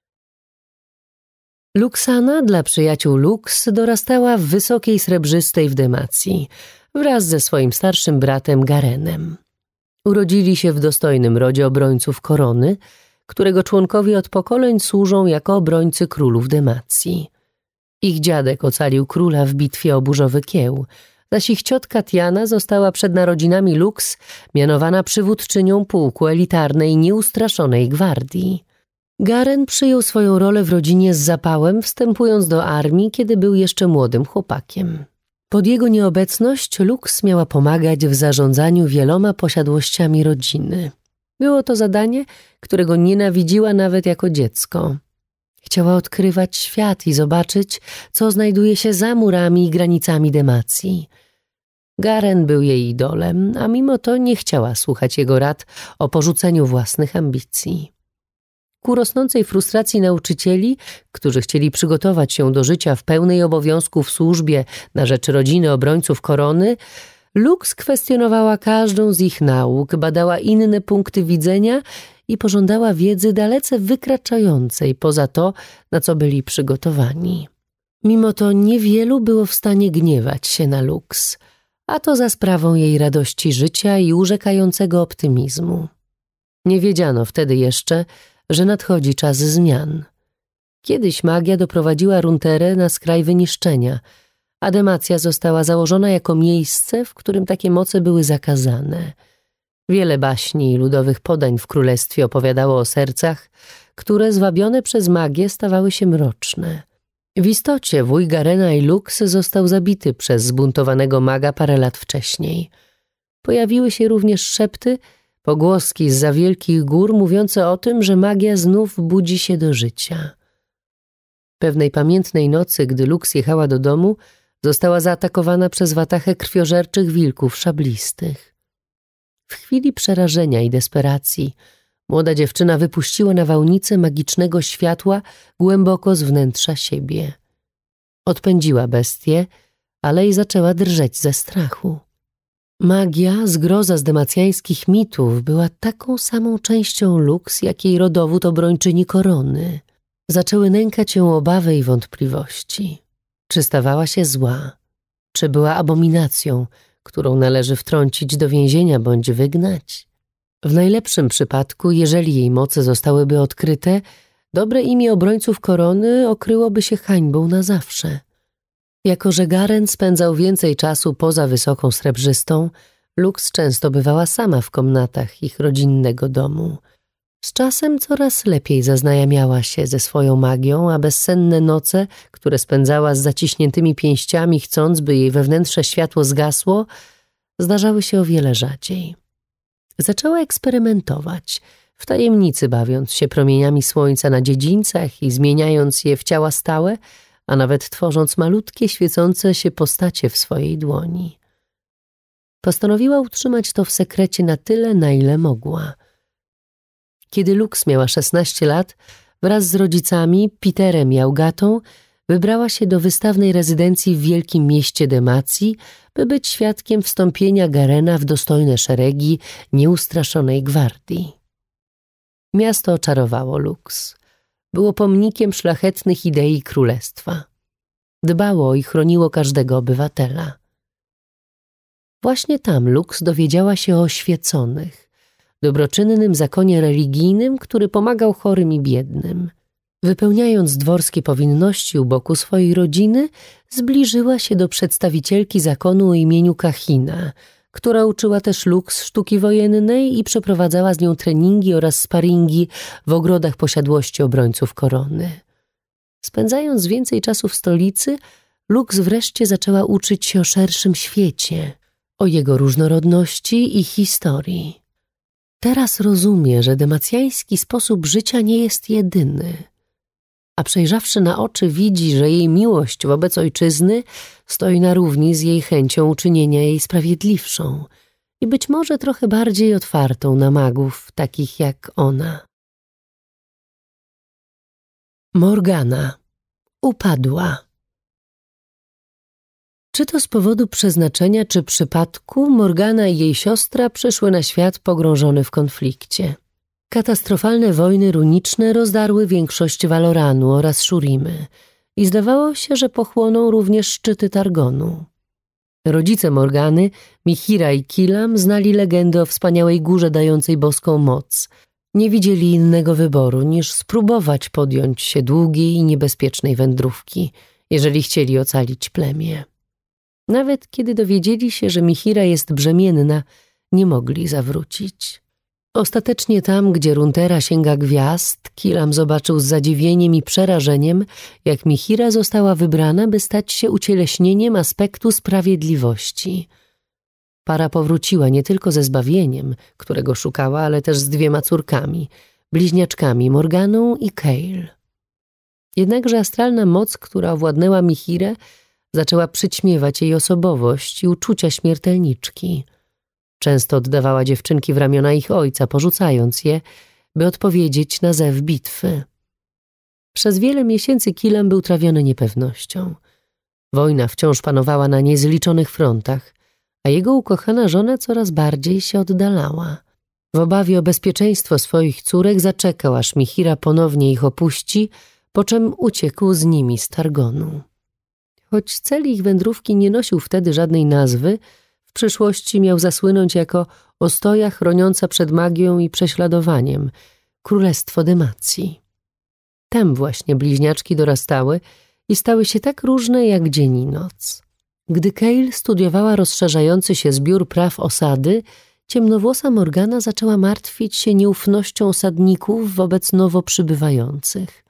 Luxana dla przyjaciół Lux dorastała w wysokiej srebrzystej w Demacji, wraz ze swoim starszym bratem Garenem. Urodzili się w dostojnym rodzie obrońców korony, którego członkowie od pokoleń służą jako obrońcy królów Demacji. Ich dziadek ocalił króla w bitwie o Burzowy Kieł, zaś ich ciotka Tiana została przed narodzinami Lux mianowana przywódczynią pułku elitarnej nieustraszonej gwardii. Garen przyjął swoją rolę w rodzinie z zapałem, wstępując do armii, kiedy był jeszcze młodym chłopakiem. Pod jego nieobecność Lux miała pomagać w zarządzaniu wieloma posiadłościami rodziny. Było to zadanie, którego nienawidziła nawet jako dziecko. Chciała odkrywać świat i zobaczyć, co znajduje się za murami i granicami Demacji. Garen był jej idolem, a mimo to nie chciała słuchać jego rad o porzuceniu własnych ambicji. Ku rosnącej frustracji nauczycieli, którzy chcieli przygotować się do życia w pełnej obowiązku w służbie na rzecz rodziny obrońców korony, Lux kwestionowała każdą z ich nauk, badała inne punkty widzenia i pożądała wiedzy dalece wykraczającej poza to, na co byli przygotowani. Mimo to niewielu było w stanie gniewać się na Lux, a to za sprawą jej radości życia i urzekającego optymizmu. Nie wiedziano wtedy jeszcze, że nadchodzi czas zmian. Kiedyś magia doprowadziła Runeterre na skraj wyniszczenia, a Demacja została założona jako miejsce, w którym takie moce były zakazane. Wiele baśni i ludowych podań w królestwie opowiadało o sercach, które zwabione przez magię stawały się mroczne. W istocie wuj Garena i Lux został zabity przez zbuntowanego maga parę lat wcześniej. Pojawiły się również szepty, pogłoski zza wielkich gór mówiące o tym, że magia znów budzi się do życia. Pewnej pamiętnej nocy, gdy Lux jechała do domu, została zaatakowana przez watachę krwiożerczych wilków szablistych. W chwili przerażenia i desperacji młoda dziewczyna wypuściła nawałnicę magicznego światła głęboko z wnętrza siebie. Odpędziła bestię, ale i zaczęła drżeć ze strachu. Magia, zgroza z demacjańskich mitów, była taką samą częścią Lux, jak jej rodowód obrończyni korony. Zaczęły nękać ją obawy i wątpliwości. Czy stawała się zła? Czy była abominacją, którą należy wtrącić do więzienia bądź wygnać? W najlepszym przypadku, jeżeli jej moce zostałyby odkryte, dobre imię obrońców korony okryłoby się hańbą na zawsze. Jako że Garen spędzał więcej czasu poza Wysoką Srebrzystą, Lux często bywała sama w komnatach ich rodzinnego domu. Z czasem coraz lepiej zaznajamiała się ze swoją magią, a bezsenne noce, które spędzała z zaciśniętymi pięściami, chcąc, by jej wewnętrzne światło zgasło, zdarzały się o wiele rzadziej. Zaczęła eksperymentować, w tajemnicy bawiąc się promieniami słońca na dziedzińcach i zmieniając je w ciała stałe, a nawet tworząc malutkie, świecące się postacie w swojej dłoni. Postanowiła utrzymać to w sekrecie na tyle, na ile mogła. Kiedy Lux miała szesnaście lat, wraz z rodzicami, Peterem i Augatą, wybrała się do wystawnej rezydencji w wielkim mieście Demacji, by być świadkiem wstąpienia Garena w dostojne szeregi nieustraszonej gwardii. Miasto oczarowało Lux. Było pomnikiem szlachetnych idei królestwa. Dbało i chroniło każdego obywatela. Właśnie tam Lux dowiedziała się o oświeconych, dobroczynnym zakonie religijnym, który pomagał chorym i biednym. Wypełniając dworskie powinności u boku swojej rodziny, zbliżyła się do przedstawicielki zakonu o imieniu Kahina, która uczyła też Lux sztuki wojennej i przeprowadzała z nią treningi oraz sparingi w ogrodach posiadłości obrońców korony. Spędzając więcej czasu w stolicy, Lux wreszcie zaczęła uczyć się o szerszym świecie, o jego różnorodności i historii. Teraz rozumie, że demacjański sposób życia nie jest jedyny, a przejrzawszy na oczy widzi, że jej miłość wobec ojczyzny stoi na równi z jej chęcią uczynienia jej sprawiedliwszą i być może trochę bardziej otwartą na magów takich jak ona. Morgana upadła. Czy to z powodu przeznaczenia, czy przypadku, Morgana i jej siostra przyszły na świat pogrążone w konflikcie. Katastrofalne wojny runiczne rozdarły większość Valoranu oraz Shurimy i zdawało się, że pochłoną również szczyty Targonu. Rodzice Morgany, Mihira i Kilam, znali legendę o wspaniałej górze dającej boską moc. Nie widzieli innego wyboru, niż spróbować podjąć się długiej i niebezpiecznej wędrówki, jeżeli chcieli ocalić plemię. Nawet kiedy dowiedzieli się, że Mihira jest brzemienna, nie mogli zawrócić. Ostatecznie tam, gdzie Runeterra sięga gwiazd, Kilam zobaczył z zadziwieniem i przerażeniem, jak Mihira została wybrana, by stać się ucieleśnieniem aspektu sprawiedliwości. Para powróciła nie tylko ze zbawieniem, którego szukała, ale też z dwiema córkami, bliźniaczkami Morganą i Cale. Jednakże astralna moc, która owładnęła Mihirę, zaczęła przyćmiewać jej osobowość i uczucia śmiertelniczki. Często oddawała dziewczynki w ramiona ich ojca, porzucając je, by odpowiedzieć na zew bitwy. Przez wiele miesięcy Kilam był trawiony niepewnością. Wojna wciąż panowała na niezliczonych frontach, a jego ukochana żona coraz bardziej się oddalała. W obawie o bezpieczeństwo swoich córek zaczekał, aż Mihira ponownie ich opuści, po czym uciekł z nimi z Targonu. Choć cel ich wędrówki nie nosił wtedy żadnej nazwy, w przyszłości miał zasłynąć jako ostoja chroniąca przed magią i prześladowaniem, królestwo Demacji. Tam właśnie bliźniaczki dorastały i stały się tak różne jak dzień i noc. Gdy Cale studiowała rozszerzający się zbiór praw osady, ciemnowłosa Morgana zaczęła martwić się nieufnością osadników wobec nowo przybywających.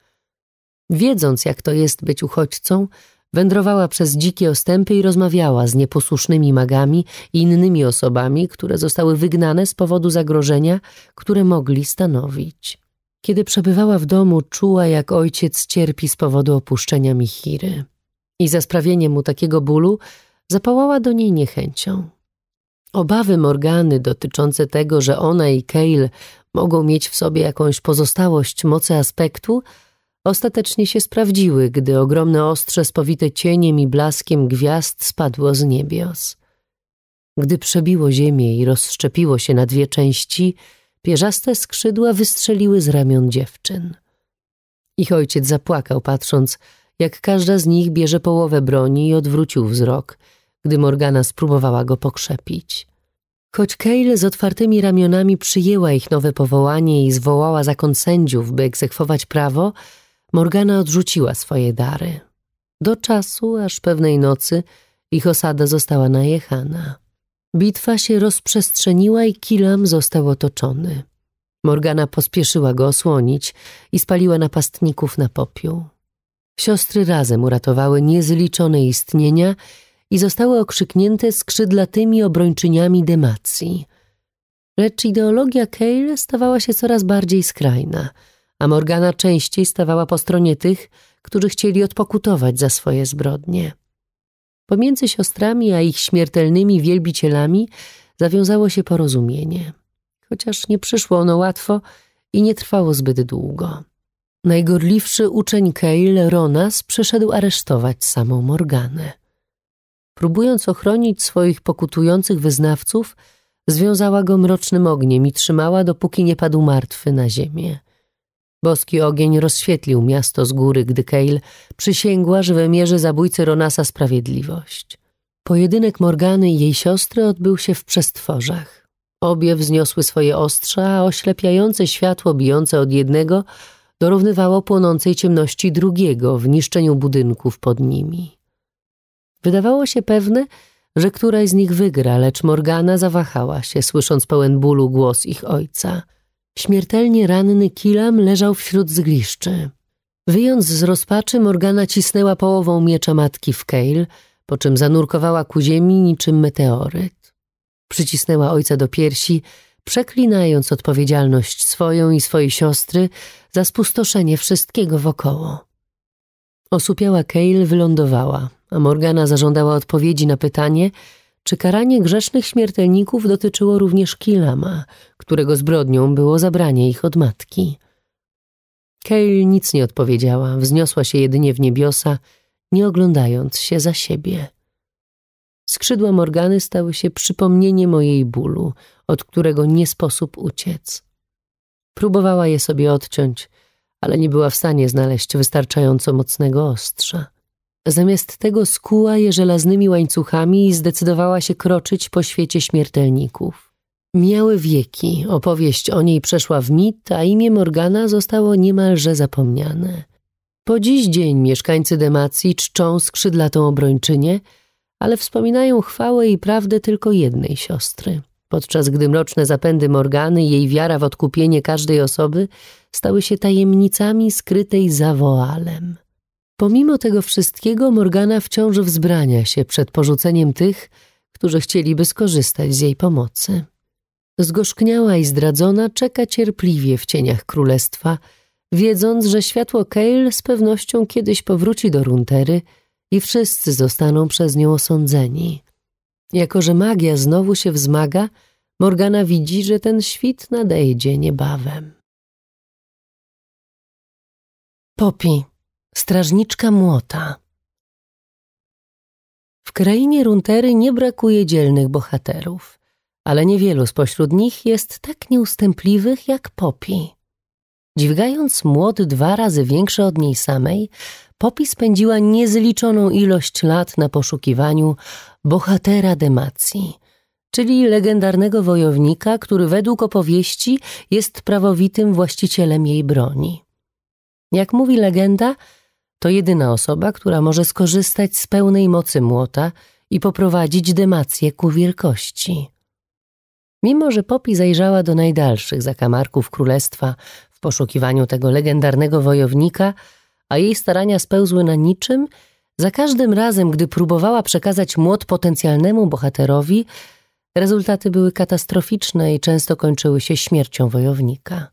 Wiedząc, jak to jest być uchodźcą, wędrowała przez dzikie ostępy i rozmawiała z nieposłusznymi magami i innymi osobami, które zostały wygnane z powodu zagrożenia, które mogli stanowić. Kiedy przebywała w domu, czuła, jak ojciec cierpi z powodu opuszczenia Mihiry. I za sprawienie mu takiego bólu zapałała do niej niechęcią. Obawy Morgany dotyczące tego, że ona i Cale mogą mieć w sobie jakąś pozostałość mocy aspektu, ostatecznie się sprawdziły, gdy ogromne ostrze spowite cieniem i blaskiem gwiazd spadło z niebios. Gdy przebiło ziemię i rozszczepiło się na dwie części, pierzaste skrzydła wystrzeliły z ramion dziewczyn. Ich ojciec zapłakał, patrząc, jak każda z nich bierze połowę broni, i odwrócił wzrok, gdy Morgana spróbowała go pokrzepić. Choć Cale z otwartymi ramionami przyjęła ich nowe powołanie i zwołała zakon sędziów, by egzekwować prawo, Morgana odrzuciła swoje dary. Do czasu, aż pewnej nocy ich osada została najechana. Bitwa się rozprzestrzeniła i Kilam został otoczony. Morgana pospieszyła go osłonić i spaliła napastników na popiół. Siostry razem uratowały niezliczone istnienia i zostały okrzyknięte skrzydlatymi obrończyniami Demacji. Lecz ideologia Cale stawała się coraz bardziej skrajna, a Morgana częściej stawała po stronie tych, którzy chcieli odpokutować za swoje zbrodnie. Pomiędzy siostrami a ich śmiertelnymi wielbicielami zawiązało się porozumienie, chociaż nie przyszło ono łatwo i nie trwało zbyt długo. Najgorliwszy uczeń Cale, Ronas, przyszedł aresztować samą Morganę. Próbując ochronić swoich pokutujących wyznawców, związała go mrocznym ogniem i trzymała, dopóki nie padł martwy na ziemię. Boski ogień rozświetlił miasto z góry, gdy Cale przysięgła, że wymierzy zabójcy Ronasa sprawiedliwość. Pojedynek Morgany i jej siostry odbył się w przestworzach. Obie wzniosły swoje ostrza, a oślepiające światło bijące od jednego dorównywało płonącej ciemności drugiego w niszczeniu budynków pod nimi. Wydawało się pewne, że któraś z nich wygra, lecz Morgana zawahała się, słysząc pełen bólu głos ich ojca. Śmiertelnie ranny Kilam leżał wśród zgliszczy. Wyjąc z rozpaczy, Morgana cisnęła połową miecza matki w Cale, po czym zanurkowała ku ziemi niczym meteoryt. Przycisnęła ojca do piersi, przeklinając odpowiedzialność swoją i swojej siostry za spustoszenie wszystkiego wokoło. Osłupiała Cale wylądowała, a Morgana zażądała odpowiedzi na pytanie, czy karanie grzesznych śmiertelników dotyczyło również Kilama, którego zbrodnią było zabranie ich od matki. Cale nic nie odpowiedziała, wzniosła się jedynie w niebiosa, nie oglądając się za siebie. Skrzydła Morgany stały się przypomnieniem o jej bólu, od którego nie sposób uciec. Próbowała je sobie odciąć, ale nie była w stanie znaleźć wystarczająco mocnego ostrza. Zamiast tego skuła je żelaznymi łańcuchami i zdecydowała się kroczyć po świecie śmiertelników. Mijały wieki, opowieść o niej przeszła w mit, a imię Morgana zostało niemalże zapomniane. Po dziś dzień mieszkańcy Demacji czczą skrzydlatą obrończynię, ale wspominają chwałę i prawdę tylko jednej siostry, podczas gdy mroczne zapędy Morgany i jej wiara w odkupienie każdej osoby stały się tajemnicami skrytej za woalem. Pomimo tego wszystkiego Morgana wciąż wzbrania się przed porzuceniem tych, którzy chcieliby skorzystać z jej pomocy. Zgorzkniała i zdradzona czeka cierpliwie w cieniach królestwa, wiedząc, że światło Cale z pewnością kiedyś powróci do Runeterry i wszyscy zostaną przez nią osądzeni. Jako że magia znowu się wzmaga, Morgana widzi, że ten świt nadejdzie niebawem. Poppy, strażniczka młota. W krainie Runeterry nie brakuje dzielnych bohaterów, ale niewielu spośród nich jest tak nieustępliwych jak Poppy. Dźwigając młot dwa razy większy od niej samej, Poppy spędziła niezliczoną ilość lat na poszukiwaniu bohatera Demacji, czyli legendarnego wojownika, który według opowieści jest prawowitym właścicielem jej broni. Jak mówi legenda, to jedyna osoba, która może skorzystać z pełnej mocy młota i poprowadzić Demację ku wielkości. Mimo że Poppy zajrzała do najdalszych zakamarków królestwa w poszukiwaniu tego legendarnego wojownika, a jej starania spełzły na niczym, za każdym razem, gdy próbowała przekazać młot potencjalnemu bohaterowi, rezultaty były katastroficzne i często kończyły się śmiercią wojownika.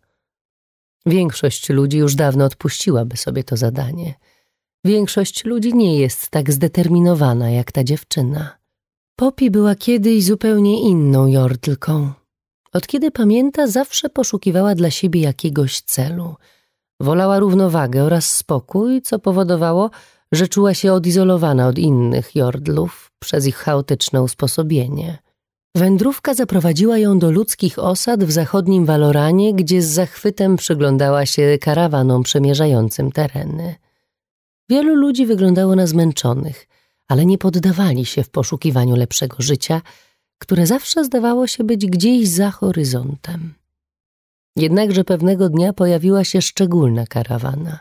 Większość ludzi już dawno odpuściłaby sobie to zadanie. Większość ludzi nie jest tak zdeterminowana jak ta dziewczyna. Poppy była kiedyś zupełnie inną jordlką. Od kiedy pamięta, zawsze poszukiwała dla siebie jakiegoś celu. Wolała równowagę oraz spokój, co powodowało, że czuła się odizolowana od innych jordlów przez ich chaotyczne usposobienie. Wędrówka zaprowadziła ją do ludzkich osad w zachodnim Valoranie, gdzie z zachwytem przyglądała się karawanom przemierzającym tereny. Wielu ludzi wyglądało na zmęczonych, ale nie poddawali się w poszukiwaniu lepszego życia, które zawsze zdawało się być gdzieś za horyzontem. Jednakże pewnego dnia pojawiła się szczególna karawana.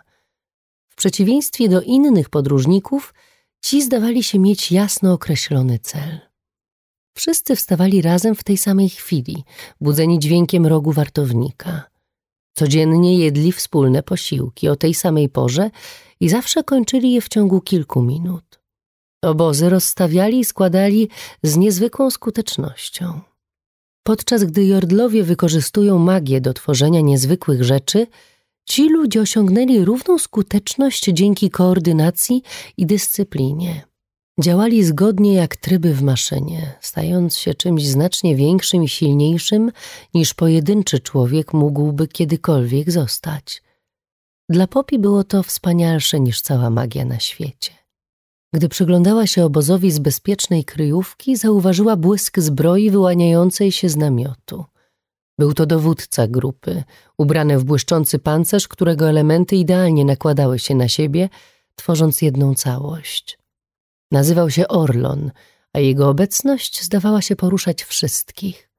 W przeciwieństwie do innych podróżników, ci zdawali się mieć jasno określony cel. Wszyscy wstawali razem w tej samej chwili, budzeni dźwiękiem rogu wartownika. Codziennie jedli wspólne posiłki o tej samej porze i zawsze kończyli je w ciągu kilku minut. Obozy rozstawiali i składali z niezwykłą skutecznością. Podczas gdy jordlowie wykorzystują magię do tworzenia niezwykłych rzeczy, ci ludzie osiągnęli równą skuteczność dzięki koordynacji i dyscyplinie. Działali zgodnie jak tryby w maszynie, stając się czymś znacznie większym i silniejszym niż pojedynczy człowiek mógłby kiedykolwiek zostać. Dla Poppy było to wspanialsze niż cała magia na świecie. Gdy przyglądała się obozowi z bezpiecznej kryjówki, zauważyła błysk zbroi wyłaniającej się z namiotu. Był to dowódca grupy, ubrany w błyszczący pancerz, którego elementy idealnie nakładały się na siebie, tworząc jedną całość. Nazywał się Orlon, a jego obecność zdawała się poruszać wszystkich.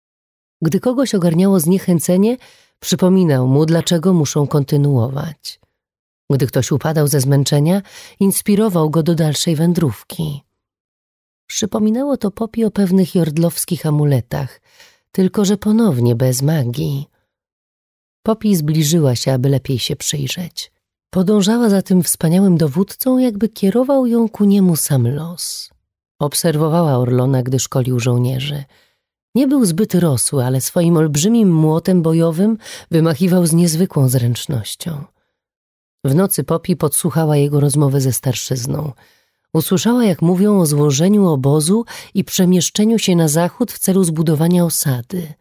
Gdy kogoś ogarniało zniechęcenie, przypominał mu, dlaczego muszą kontynuować. Gdy ktoś upadał ze zmęczenia, inspirował go do dalszej wędrówki. Przypominało to Poppy o pewnych jordlowskich amuletach, tylko że ponownie bez magii. Poppy zbliżyła się, aby lepiej się przyjrzeć. Podążała za tym wspaniałym dowódcą, jakby kierował ją ku niemu sam los. Obserwowała Orlona, gdy szkolił żołnierzy. Nie był zbyt rosły, ale swoim olbrzymim młotem bojowym wymachiwał z niezwykłą zręcznością. W nocy Poppy podsłuchała jego rozmowę ze starszyzną. Usłyszała, jak mówią o złożeniu obozu i przemieszczeniu się na zachód w celu zbudowania osady.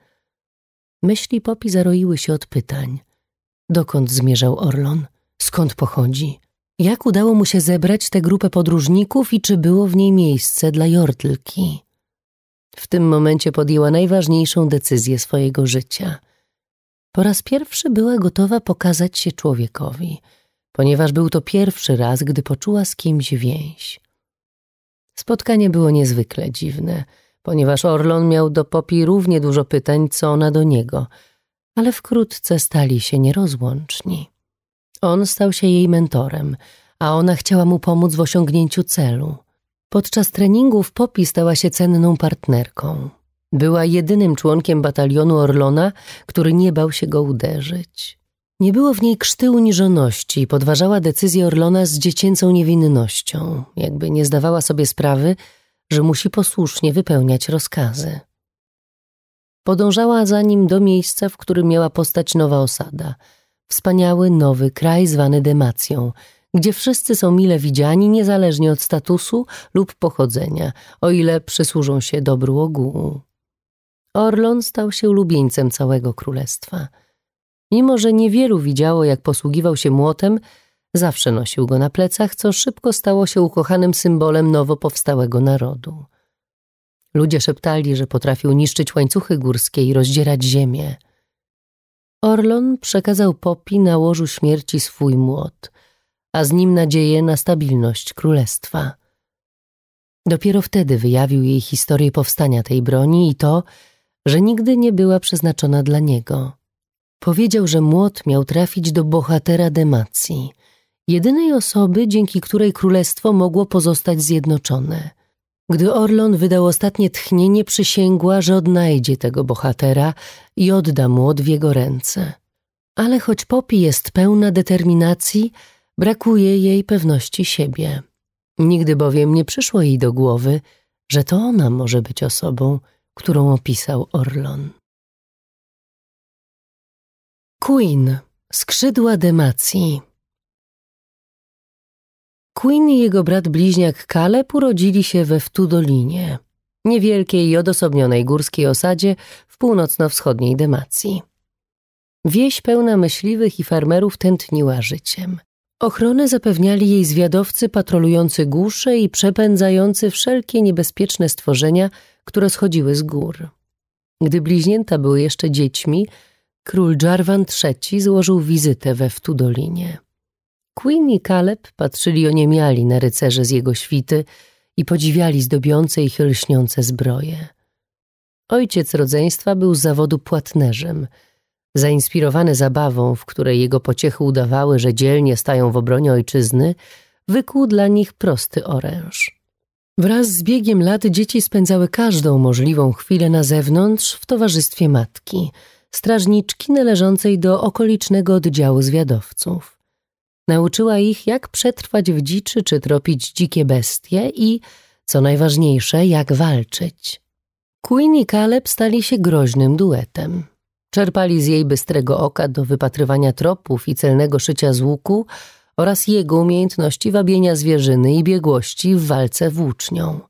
Myśli Poppy zaroiły się od pytań. Dokąd zmierzał Orlon? Skąd pochodzi? Jak udało mu się zebrać tę grupę podróżników i czy było w niej miejsce dla jordlki? W tym momencie podjęła najważniejszą decyzję swojego życia. Po raz pierwszy była gotowa pokazać się człowiekowi, ponieważ był to pierwszy raz, gdy poczuła z kimś więź. Spotkanie było niezwykle dziwne, ponieważ Orlon miał do Poppy równie dużo pytań, co ona do niego, ale wkrótce stali się nierozłączni. On stał się jej mentorem, a ona chciała mu pomóc w osiągnięciu celu. Podczas treningów Poppy stała się cenną partnerką. Była jedynym członkiem batalionu Orlona, który nie bał się go uderzyć. Nie było w niej krzty uniżoności i podważała decyzję Orlona z dziecięcą niewinnością, jakby nie zdawała sobie sprawy, że musi posłusznie wypełniać rozkazy. Podążała za nim do miejsca, w którym miała powstać nowa osada. Wspaniały, nowy kraj zwany Demacją, gdzie wszyscy są mile widziani niezależnie od statusu lub pochodzenia, o ile przysłużą się dobru ogółu. Orlon stał się ulubieńcem całego królestwa. Mimo że niewielu widziało, jak posługiwał się młotem, zawsze nosił go na plecach, co szybko stało się ukochanym symbolem nowo powstałego narodu. Ludzie szeptali, że potrafił niszczyć łańcuchy górskie i rozdzierać ziemię. Orlon przekazał Poppy na łożu śmierci swój młot, a z nim nadzieję na stabilność królestwa. Dopiero wtedy wyjawił jej historię powstania tej broni i to, że nigdy nie była przeznaczona dla niego. Powiedział, że młot miał trafić do bohatera Demacji, jedynej osoby, dzięki której królestwo mogło pozostać zjednoczone. Gdy Orlon wydał ostatnie tchnienie, przysięgła, że odnajdzie tego bohatera i odda młot w jego ręce. Ale choć Poppy jest pełna determinacji, brakuje jej pewności siebie. Nigdy bowiem nie przyszło jej do głowy, że to ona może być osobą, którą opisał Orlon. Queen, skrzydła Demacji. Queen i jego brat bliźniak Caleb urodzili się we Wtudolinie, niewielkiej i odosobnionej górskiej osadzie w północno-wschodniej Demacji. Wieś pełna myśliwych i farmerów tętniła życiem. Ochronę zapewniali jej zwiadowcy patrolujący górze i przepędzający wszelkie niebezpieczne stworzenia, które schodziły z gór. Gdy bliźnięta były jeszcze dziećmi, król Jarvan trzeci złożył wizytę we Wtudolinie. Queen i Caleb patrzyli oniemiali na rycerze z jego świty i podziwiali zdobiące ich lśniące zbroje. Ojciec rodzeństwa był z zawodu płatnerzem. Zainspirowany zabawą, w której jego pociechy udawały, że dzielnie stają w obronie ojczyzny, wykuł dla nich prosty oręż. Wraz z biegiem lat dzieci spędzały każdą możliwą chwilę na zewnątrz w towarzystwie matki, strażniczki należącej do okolicznego oddziału zwiadowców. Nauczyła ich, jak przetrwać w dziczy czy tropić dzikie bestie i, co najważniejsze, jak walczyć. Queen i Caleb stali się groźnym duetem. Czerpali z jej bystrego oka do wypatrywania tropów i celnego szycia z łuku oraz jego umiejętności wabienia zwierzyny i biegłości w walce włócznią.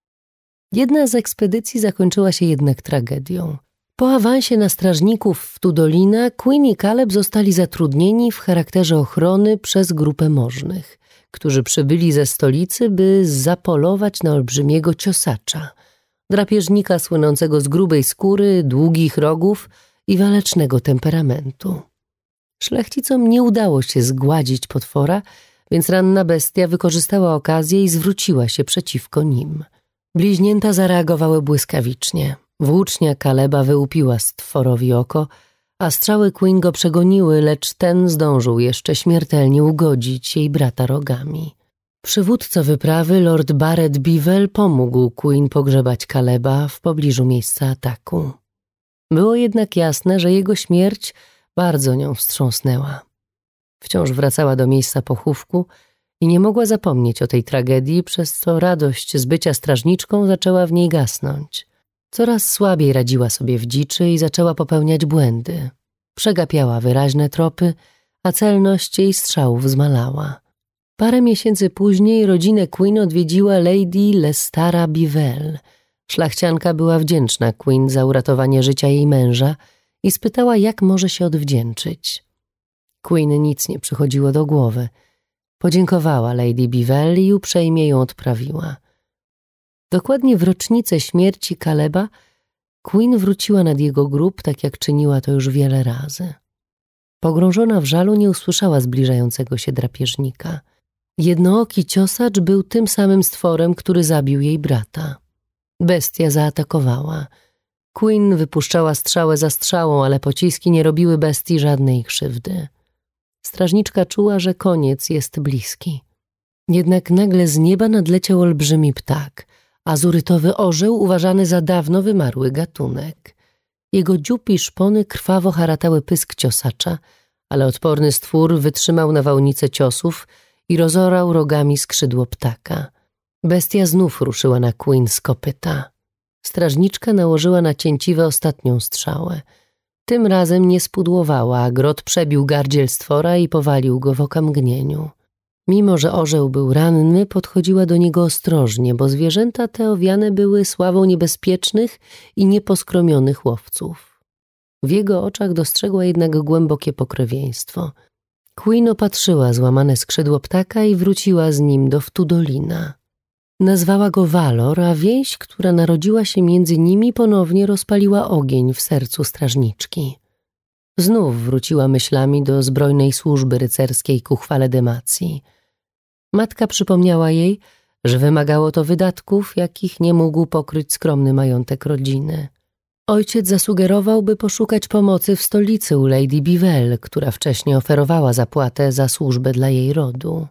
Jedna z ekspedycji zakończyła się jednak tragedią. Po awansie na strażników Wtudolina Queen i Caleb zostali zatrudnieni w charakterze ochrony przez grupę możnych, którzy przybyli ze stolicy, by zapolować na olbrzymiego ciosacza, drapieżnika słynącego z grubej skóry, długich rogów i walecznego temperamentu. Szlachcicom nie udało się zgładzić potwora, więc ranna bestia wykorzystała okazję i zwróciła się przeciwko nim. Bliźnięta zareagowały błyskawicznie. Włócznia Caleba wyłupiła stworowi oko, a strzały Queen go przegoniły, lecz ten zdążył jeszcze śmiertelnie ugodzić jej brata rogami. Przywódca wyprawy, lord Barret Bivell, pomógł Queen pogrzebać Caleba w pobliżu miejsca ataku. Było jednak jasne, że jego śmierć bardzo nią wstrząsnęła. Wciąż wracała do miejsca pochówku i nie mogła zapomnieć o tej tragedii, przez co radość z bycia strażniczką zaczęła w niej gasnąć. Coraz słabiej radziła sobie w dziczy i zaczęła popełniać błędy. Przegapiała wyraźne tropy, a celność jej strzałów zmalała. Parę miesięcy później rodzinę Queen odwiedziła Lady Lestara Bivell. Szlachcianka była wdzięczna Queen za uratowanie życia jej męża i spytała, jak może się odwdzięczyć. Queen nic nie przychodziło do głowy. Podziękowała Lady Bivell i uprzejmie ją odprawiła. Dokładnie w rocznicę śmierci Caleba Queen wróciła nad jego grób, tak jak czyniła to już wiele razy. Pogrążona w żalu nie usłyszała zbliżającego się drapieżnika. Jednooki ciosacz był tym samym stworem, który zabił jej brata. Bestia zaatakowała. Queen wypuszczała strzałę za strzałą, ale pociski nie robiły bestii żadnej krzywdy. Strażniczka czuła, że koniec jest bliski. Jednak nagle z nieba nadleciał olbrzymi ptak, azurytowy orzeł uważany za dawno wymarły gatunek. Jego dziób i szpony krwawo haratały pysk ciosacza, ale odporny stwór wytrzymał nawałnicę ciosów i rozorał rogami skrzydło ptaka. Bestia znów ruszyła na Queen z kopyta. Strażniczka nałożyła na cięciwe ostatnią strzałę. Tym razem nie spudłowała, a Grot przebił gardziel stwora i powalił go w okamgnieniu. Mimo że orzeł był ranny, podchodziła do niego ostrożnie, bo zwierzęta te owiane były sławą niebezpiecznych i nieposkromionych łowców. W jego oczach dostrzegła jednak głębokie pokrewieństwo. Queen opatrzyła złamane skrzydło ptaka i wróciła z nim do Ftudolina. Nazwała go Valor, a więź, która narodziła się między nimi, ponownie rozpaliła ogień w sercu strażniczki. Znów wróciła myślami do zbrojnej służby rycerskiej ku chwale Demacji. Matka przypomniała jej, że wymagało to wydatków, jakich nie mógł pokryć skromny majątek rodziny. Ojciec zasugerował, by poszukać pomocy w stolicy u Lady Bivelle, która wcześniej oferowała zapłatę za służbę dla jej rodu.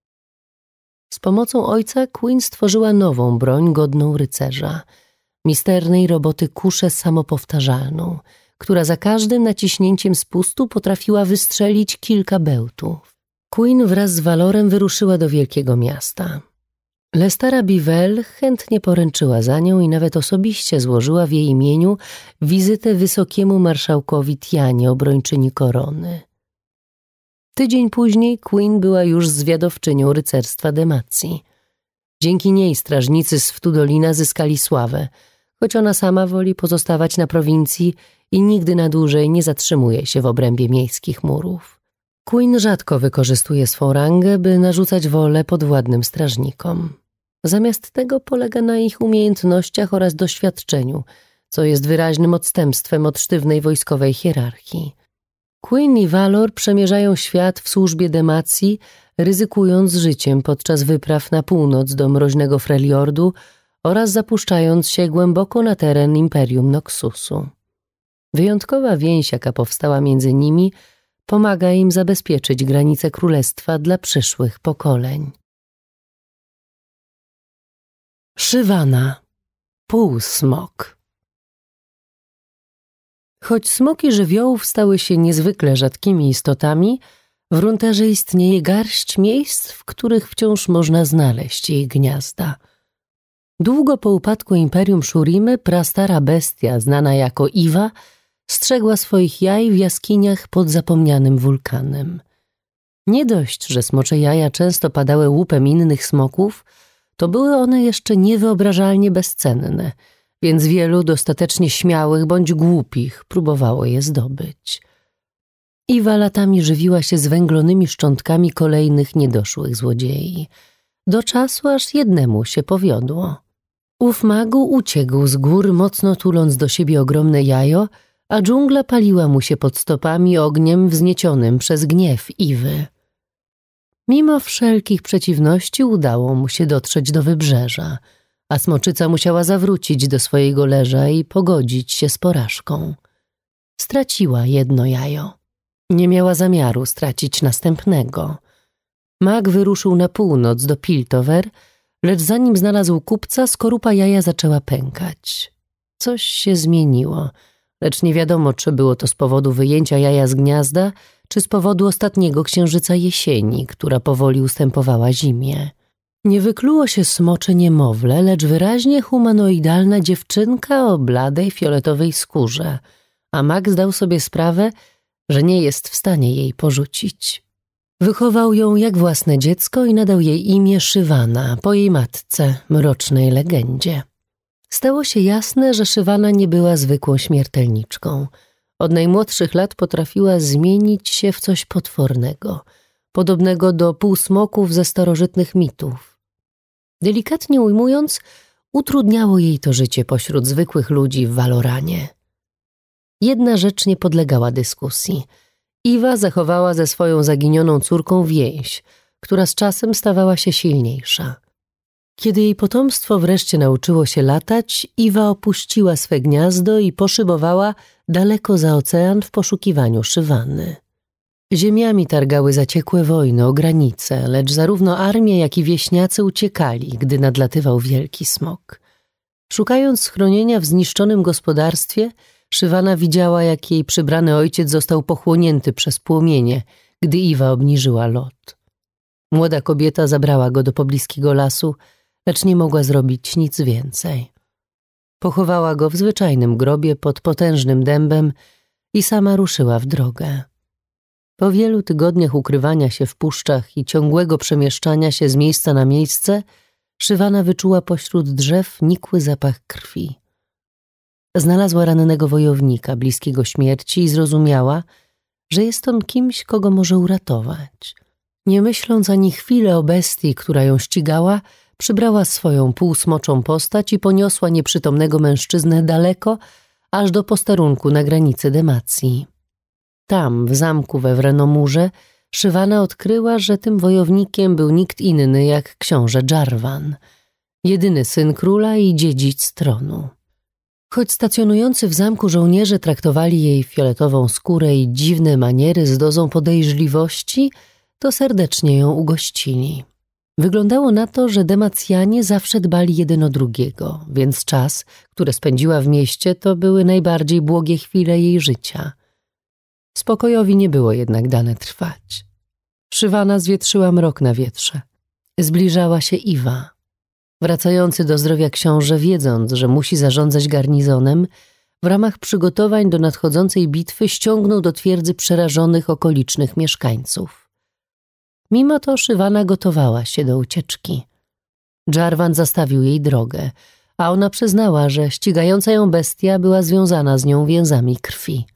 Z pomocą ojca Queen stworzyła nową broń godną rycerza, misternej roboty kuszę samopowtarzalną, która za każdym naciśnięciem spustu potrafiła wystrzelić kilka bełtów. Queen wraz z Valorem wyruszyła do wielkiego miasta. Lestara Bivelle chętnie poręczyła za nią i nawet osobiście złożyła w jej imieniu wizytę wysokiemu marszałkowi Tianie, obrończyni korony. Tydzień później Queen była już zwiadowczynią rycerstwa Demacji. Dzięki niej strażnicy z Ftudolina zyskali sławę, choć ona sama woli pozostawać na prowincji i nigdy na dłużej nie zatrzymuje się w obrębie miejskich murów. Queen rzadko wykorzystuje swą rangę, by narzucać wolę podwładnym strażnikom. Zamiast tego polega na ich umiejętnościach oraz doświadczeniu, co jest wyraźnym odstępstwem od sztywnej wojskowej hierarchii. Queen i Valor przemierzają świat w służbie Demacji, ryzykując życiem podczas wypraw na północ do mroźnego Freljordu oraz zapuszczając się głęboko na teren Imperium Noxusu. Wyjątkowa więź, jaka powstała między nimi, pomaga im zabezpieczyć granice królestwa dla przyszłych pokoleń. Shyvana, półsmok. Choć smoki żywiołów stały się niezwykle rzadkimi istotami, w Runeterze istnieje garść miejsc, w których wciąż można znaleźć jej gniazda. Długo po upadku Imperium Shurimy prastara bestia, znana jako Iwa, strzegła swoich jaj w jaskiniach pod zapomnianym wulkanem. Nie dość, że smocze jaja często padały łupem innych smoków, to były one jeszcze niewyobrażalnie bezcenne, więc wielu dostatecznie śmiałych bądź głupich próbowało je zdobyć. Iwa latami żywiła się zwęglonymi szczątkami kolejnych niedoszłych złodziei, do czasu aż jednemu się powiodło. Ów magu uciekł z gór, mocno tuląc do siebie ogromne jajo, a dżungla paliła mu się pod stopami ogniem wzniecionym przez gniew Iwy. Mimo wszelkich przeciwności udało mu się dotrzeć do wybrzeża, a smoczyca musiała zawrócić do swojego leża i pogodzić się z porażką. Straciła jedno jajo. Nie miała zamiaru stracić następnego. Mag wyruszył na północ do Piltover, lecz zanim znalazł kupca, skorupa jaja zaczęła pękać. Coś się zmieniło, lecz nie wiadomo, czy było to z powodu wyjęcia jaja z gniazda, czy z powodu ostatniego księżyca jesieni, która powoli ustępowała zimie. Nie wykluło się smocze niemowlę, lecz wyraźnie humanoidalna dziewczynka o bladej fioletowej skórze, a mag zdał sobie sprawę, że nie jest w stanie jej porzucić. Wychował ją jak własne dziecko i nadał jej imię Shyvana, po jej matce, mrocznej legendzie. Stało się jasne, że Shyvana nie była zwykłą śmiertelniczką. Od najmłodszych lat potrafiła zmienić się w coś potwornego, podobnego do półsmoków ze starożytnych mitów. Delikatnie ujmując, utrudniało jej to życie pośród zwykłych ludzi w Valoranie. Jedna rzecz nie podlegała dyskusji. Iwa zachowała ze swoją zaginioną córką więź, która z czasem stawała się silniejsza. Kiedy jej potomstwo wreszcie nauczyło się latać, Iwa opuściła swe gniazdo i poszybowała daleko za ocean w poszukiwaniu Shyvany. Ziemiami targały zaciekłe wojny o granice, lecz zarówno armie, jak i wieśniacy uciekali, gdy nadlatywał wielki smok. Szukając schronienia w zniszczonym gospodarstwie, Shyvana widziała, jak jej przybrany ojciec został pochłonięty przez płomienie, gdy Iwa obniżyła lot. Młoda kobieta zabrała go do pobliskiego lasu, lecz nie mogła zrobić nic więcej. Pochowała go w zwyczajnym grobie pod potężnym dębem i sama ruszyła w drogę. Po wielu tygodniach ukrywania się w puszczach i ciągłego przemieszczania się z miejsca na miejsce, Szywana wyczuła pośród drzew nikły zapach krwi. Znalazła rannego wojownika bliskiego śmierci i zrozumiała, że jest on kimś, kogo może uratować. Nie myśląc ani chwilę o bestii, która ją ścigała, przybrała swoją półsmoczą postać i poniosła nieprzytomnego mężczyznę daleko, aż do posterunku na granicy Demacji. Tam, w zamku we Wrenomurze, Szywana odkryła, że tym wojownikiem był nikt inny jak książę Jarvan, jedyny syn króla i dziedzic tronu. Choć stacjonujący w zamku żołnierze traktowali jej fioletową skórę i dziwne maniery z dozą podejrzliwości, to serdecznie ją ugościli. Wyglądało na to, że Demacjanie zawsze dbali jeden o drugiego, więc czas, który spędziła w mieście, to były najbardziej błogie chwile jej życia. Spokojowi nie było jednak dane trwać. Szywana zwietrzyła mrok na wietrze. Zbliżała się Iwa. Wracający do zdrowia książę, wiedząc, że musi zarządzać garnizonem, w ramach przygotowań do nadchodzącej bitwy ściągnął do twierdzy przerażonych okolicznych mieszkańców. Mimo to Szywana gotowała się do ucieczki. Jarvan zastawił jej drogę, a ona przyznała, że ścigająca ją bestia była związana z nią więzami krwi.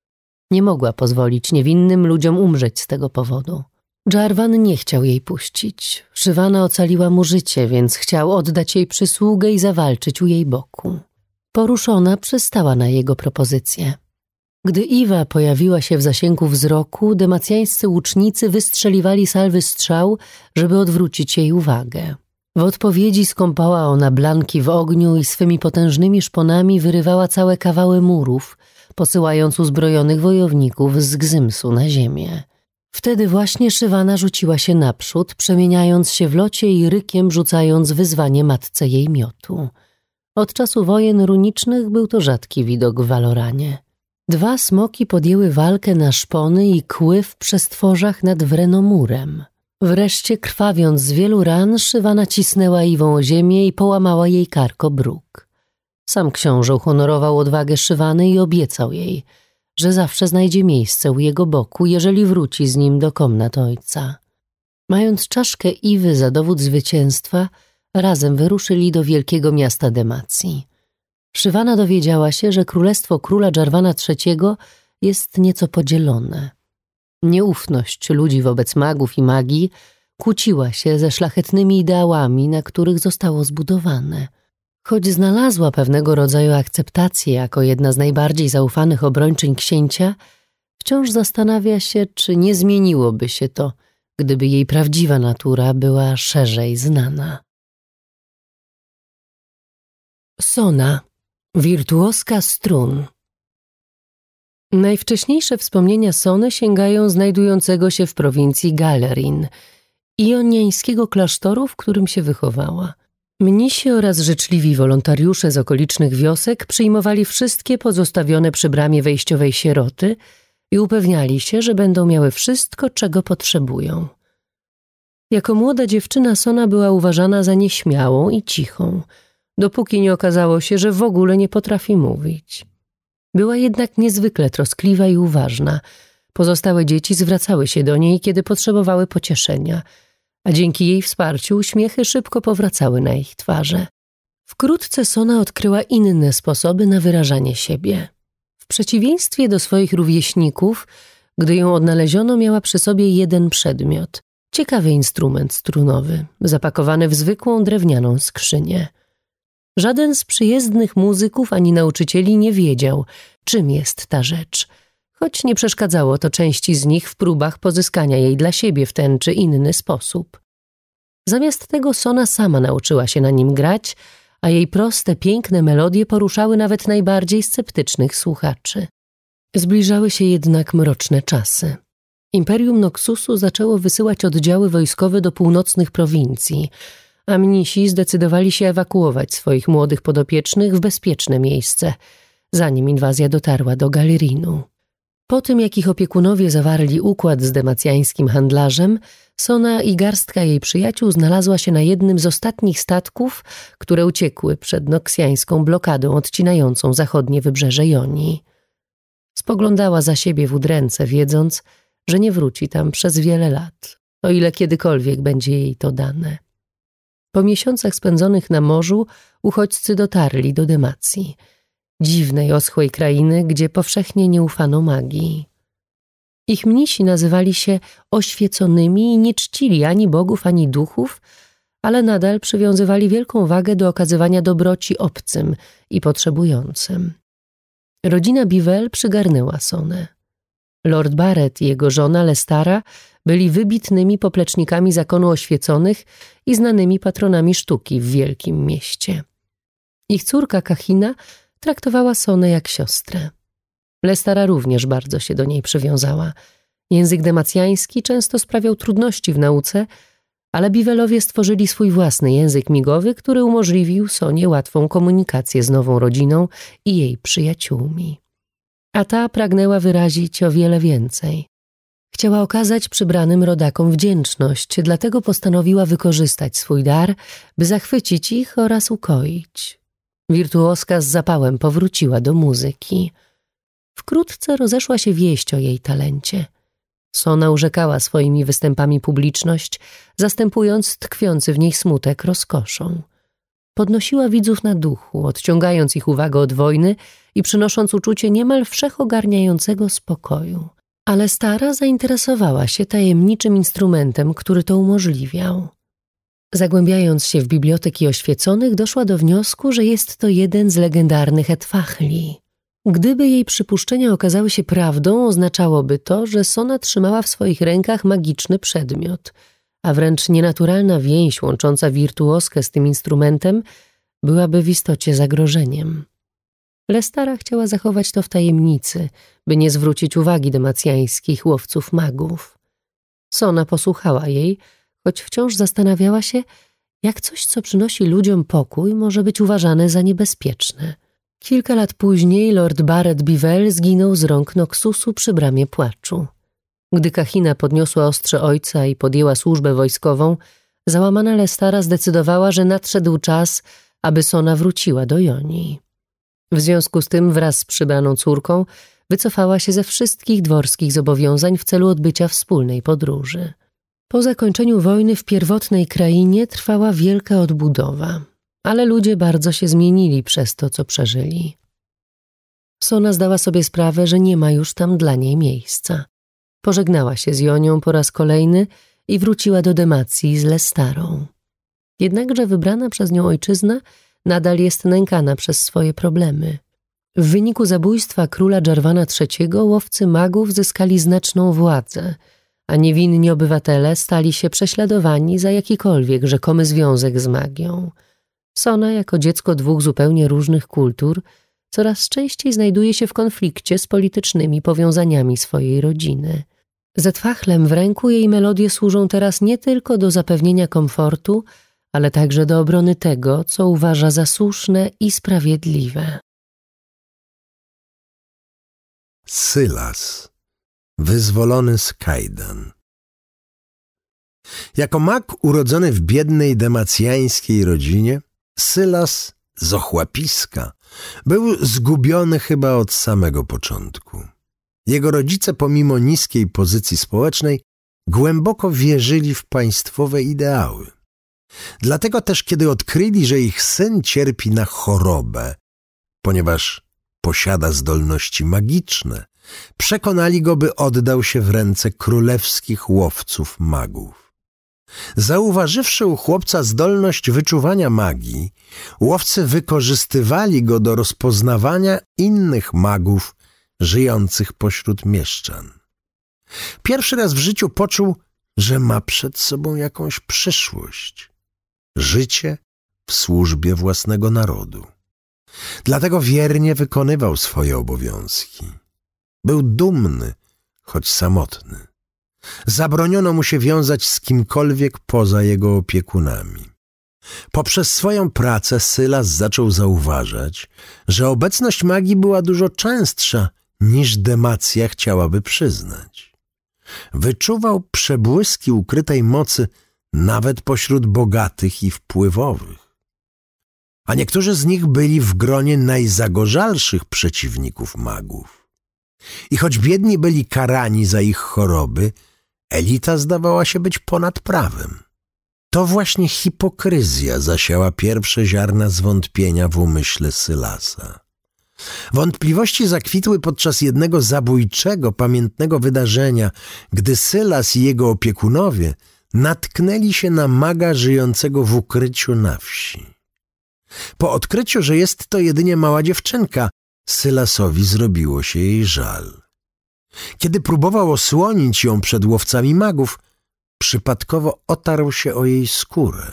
Nie mogła pozwolić niewinnym ludziom umrzeć z tego powodu. Jarvan nie chciał jej puścić. Szywana ocaliła mu życie, więc chciał oddać jej przysługę i zawalczyć u jej boku. Poruszona przystała na jego propozycję. Gdy Iwa pojawiła się w zasięgu wzroku, demacjańscy łucznicy wystrzeliwali salwy strzał, żeby odwrócić jej uwagę. W odpowiedzi skąpała ona blanki w ogniu i swymi potężnymi szponami wyrywała całe kawały murów, posyłając uzbrojonych wojowników z Gzymsu na ziemię. Wtedy właśnie Szywana rzuciła się naprzód, przemieniając się w locie i rykiem rzucając wyzwanie matce jej miotu. Od czasu wojen runicznych był to rzadki widok w Valoranie. Dwa smoki podjęły walkę na szpony i kły w przestworzach nad Wrenomurem. Wreszcie, krwawiąc z wielu ran, Szywana cisnęła Iwą o ziemię i połamała jej karko bruk. Sam książę uhonorował odwagę Szywany i obiecał jej, że zawsze znajdzie miejsce u jego boku, jeżeli wróci z nim do komnat ojca. Mając czaszkę Iwy za dowód zwycięstwa, razem wyruszyli do wielkiego miasta Demacji. Szywana dowiedziała się, że królestwo króla Jarvana trzeciego jest nieco podzielone. Nieufność ludzi wobec magów i magii kłóciła się ze szlachetnymi ideałami, na których zostało zbudowane. Choć znalazła pewnego rodzaju akceptację jako jedna z najbardziej zaufanych obrończyń księcia, wciąż zastanawia się, czy nie zmieniłoby się to, gdyby jej prawdziwa natura była szerzej znana. Sona, wirtuoska strun. Najwcześniejsze wspomnienia Sony sięgają znajdującego się w prowincji Galerin, ioniańskiego klasztoru, w którym się wychowała. Mnisi oraz życzliwi wolontariusze z okolicznych wiosek przyjmowali wszystkie pozostawione przy bramie wejściowej sieroty i upewniali się, że będą miały wszystko, czego potrzebują. Jako młoda dziewczyna Sona była uważana za nieśmiałą i cichą, dopóki nie okazało się, że w ogóle nie potrafi mówić. Była jednak niezwykle troskliwa i uważna. Pozostałe dzieci zwracały się do niej, kiedy potrzebowały pocieszenia, a dzięki jej wsparciu uśmiechy szybko powracały na ich twarze. Wkrótce Sona odkryła inne sposoby na wyrażanie siebie. W przeciwieństwie do swoich rówieśników, gdy ją odnaleziono, miała przy sobie jeden przedmiot – ciekawy instrument strunowy, zapakowany w zwykłą drewnianą skrzynię. Żaden z przyjezdnych muzyków ani nauczycieli nie wiedział, czym jest ta rzecz, choć nie przeszkadzało to części z nich w próbach pozyskania jej dla siebie w ten czy inny sposób. Zamiast tego Sona sama nauczyła się na nim grać, a jej proste, piękne melodie poruszały nawet najbardziej sceptycznych słuchaczy. Zbliżały się jednak mroczne czasy. Imperium Noxusu zaczęło wysyłać oddziały wojskowe do północnych prowincji, a mnisi zdecydowali się ewakuować swoich młodych podopiecznych w bezpieczne miejsce, zanim inwazja dotarła do Galerinu. Po tym, jak ich opiekunowie zawarli układ z demacjańskim handlarzem, Sona i garstka jej przyjaciół znalazła się na jednym z ostatnich statków, które uciekły przed noksjańską blokadą odcinającą zachodnie wybrzeże Jonii. Spoglądała za siebie w udręce, wiedząc, że nie wróci tam przez wiele lat, o ile kiedykolwiek będzie jej to dane. Po miesiącach spędzonych na morzu uchodźcy dotarli do Demacji, dziwnej, oschłej krainy, gdzie powszechnie nie ufano magii. Ich mnisi nazywali się oświeconymi i nie czcili ani bogów, ani duchów, ale nadal przywiązywali wielką wagę do okazywania dobroci obcym i potrzebującym. Rodzina Bivelle przygarnęła Sonę. Lord Barrett i jego żona Lestara byli wybitnymi poplecznikami zakonu oświeconych i znanymi patronami sztuki w wielkim mieście. Ich córka Kahina traktowała Sonę jak siostrę. Lestara również bardzo się do niej przywiązała. Język demacjański często sprawiał trudności w nauce, ale Bivellowie stworzyli swój własny język migowy, który umożliwił Sonie łatwą komunikację z nową rodziną i jej przyjaciółmi. A ta pragnęła wyrazić o wiele więcej. Chciała okazać przybranym rodakom wdzięczność, dlatego postanowiła wykorzystać swój dar, by zachwycić ich oraz ukoić. Wirtuoska z zapałem powróciła do muzyki. Wkrótce rozeszła się wieść o jej talencie. Sona urzekała swoimi występami publiczność, zastępując tkwiący w niej smutek rozkoszą. Podnosiła widzów na duchu, odciągając ich uwagę od wojny i przynosząc uczucie niemal wszechogarniającego spokoju. Ale Stara zainteresowała się tajemniczym instrumentem, który to umożliwiał. Zagłębiając się w biblioteki oświeconych, doszła do wniosku, że jest to jeden z legendarnych etfachli. Gdyby jej przypuszczenia okazały się prawdą, oznaczałoby to, że Sona trzymała w swoich rękach magiczny przedmiot, a wręcz nienaturalna więź łącząca wirtuoskę z tym instrumentem byłaby w istocie zagrożeniem. Lestara chciała zachować to w tajemnicy, by nie zwrócić uwagi demacjańskich łowców magów. Sona posłuchała jej, choć wciąż zastanawiała się, jak coś, co przynosi ludziom pokój, może być uważane za niebezpieczne. Kilka lat później lord Barrett Bivelle zginął z rąk Noxusu przy bramie płaczu. Gdy Kahina podniosła ostrze ojca i podjęła służbę wojskową, załamana Lestara zdecydowała, że nadszedł czas, aby Sona wróciła do Jonii. W związku z tym wraz z przybraną córką wycofała się ze wszystkich dworskich zobowiązań w celu odbycia wspólnej podróży. Po zakończeniu wojny w pierwotnej krainie trwała wielka odbudowa, ale ludzie bardzo się zmienili przez to, co przeżyli. Sona zdała sobie sprawę, że nie ma już tam dla niej miejsca. Pożegnała się z Jonią po raz kolejny i wróciła do Demacji z Lestarą. Jednakże wybrana przez nią ojczyzna nadal jest nękana przez swoje problemy. W wyniku zabójstwa króla Jarvana trzeciego łowcy magów zyskali znaczną władzę, a niewinni obywatele stali się prześladowani za jakikolwiek rzekomy związek z magią. Sona, jako dziecko dwóch zupełnie różnych kultur, coraz częściej znajduje się w konflikcie z politycznymi powiązaniami swojej rodziny. Z etfachlem w ręku jej melodie służą teraz nie tylko do zapewnienia komfortu, ale także do obrony tego, co uważa za słuszne i sprawiedliwe. Sylas, wyzwolony z kajdan. Jako mag urodzony w biednej demacjańskiej rodzinie, Sylas z Ochłapiska był zgubiony chyba od samego początku. Jego rodzice, pomimo niskiej pozycji społecznej, głęboko wierzyli w państwowe ideały. Dlatego też, kiedy odkryli, że ich syn cierpi na chorobę, ponieważ posiada zdolności magiczne, przekonali go, by oddał się w ręce królewskich łowców magów. Zauważywszy u chłopca zdolność wyczuwania magii, łowcy wykorzystywali go do rozpoznawania innych magów żyjących pośród mieszczan. Pierwszy raz w życiu poczuł, że ma przed sobą jakąś przyszłość. Życie w służbie własnego narodu. Dlatego wiernie wykonywał swoje obowiązki. Był dumny, choć samotny. Zabroniono mu się wiązać z kimkolwiek poza jego opiekunami. Poprzez swoją pracę Sylas zaczął zauważać, że obecność magii była dużo częstsza niż Demacja chciałaby przyznać. Wyczuwał przebłyski ukrytej mocy nawet pośród bogatych i wpływowych. A niektórzy z nich byli w gronie najzagorzalszych przeciwników magów. I choć biedni byli karani za ich choroby, elita zdawała się być ponad prawem. To właśnie hipokryzja zasiała pierwsze ziarna zwątpienia w umyśle Sylasa. Wątpliwości zakwitły podczas jednego zabójczego, pamiętnego wydarzenia, gdy Sylas i jego opiekunowie natknęli się na maga żyjącego w ukryciu na wsi. Po odkryciu, że jest to jedynie mała dziewczynka, Sylasowi zrobiło się jej żal. Kiedy próbował osłonić ją przed łowcami magów, przypadkowo otarł się o jej skórę.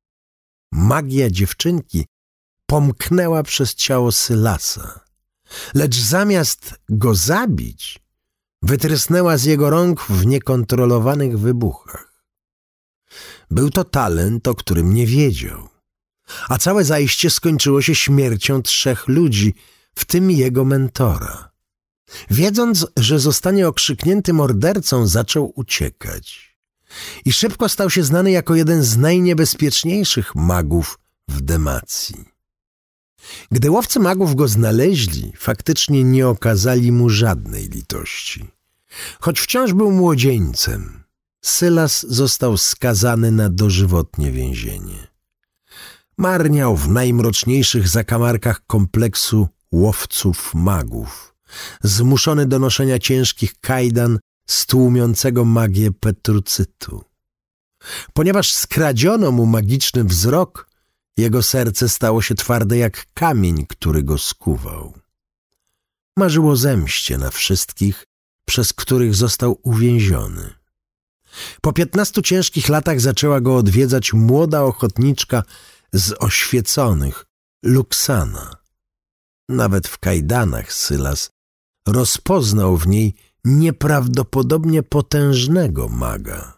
Magia dziewczynki pomknęła przez ciało Sylasa, lecz zamiast go zabić, wytrysnęła z jego rąk w niekontrolowanych wybuchach. Był to talent, o którym nie wiedział, a całe zajście skończyło się śmiercią trzech ludzi, w tym jego mentora. Wiedząc, że zostanie okrzyknięty mordercą, zaczął uciekać i szybko stał się znany jako jeden z najniebezpieczniejszych magów w Demacji. Gdy łowcy magów go znaleźli, faktycznie nie okazali mu żadnej litości. Choć wciąż był młodzieńcem, Sylas został skazany na dożywotnie więzienie. Marniał w najmroczniejszych zakamarkach kompleksu łowców magów, zmuszony do noszenia ciężkich kajdan z tłumiącego magię petrucytu. Ponieważ skradziono mu magiczny wzrok, jego serce stało się twarde jak kamień, który go skuwał. Marzył o zemście na wszystkich, przez których został uwięziony. Po piętnastu ciężkich latach zaczęła go odwiedzać młoda ochotniczka z oświeconych, Luxana. Nawet w kajdanach Sylas rozpoznał w niej nieprawdopodobnie potężnego maga.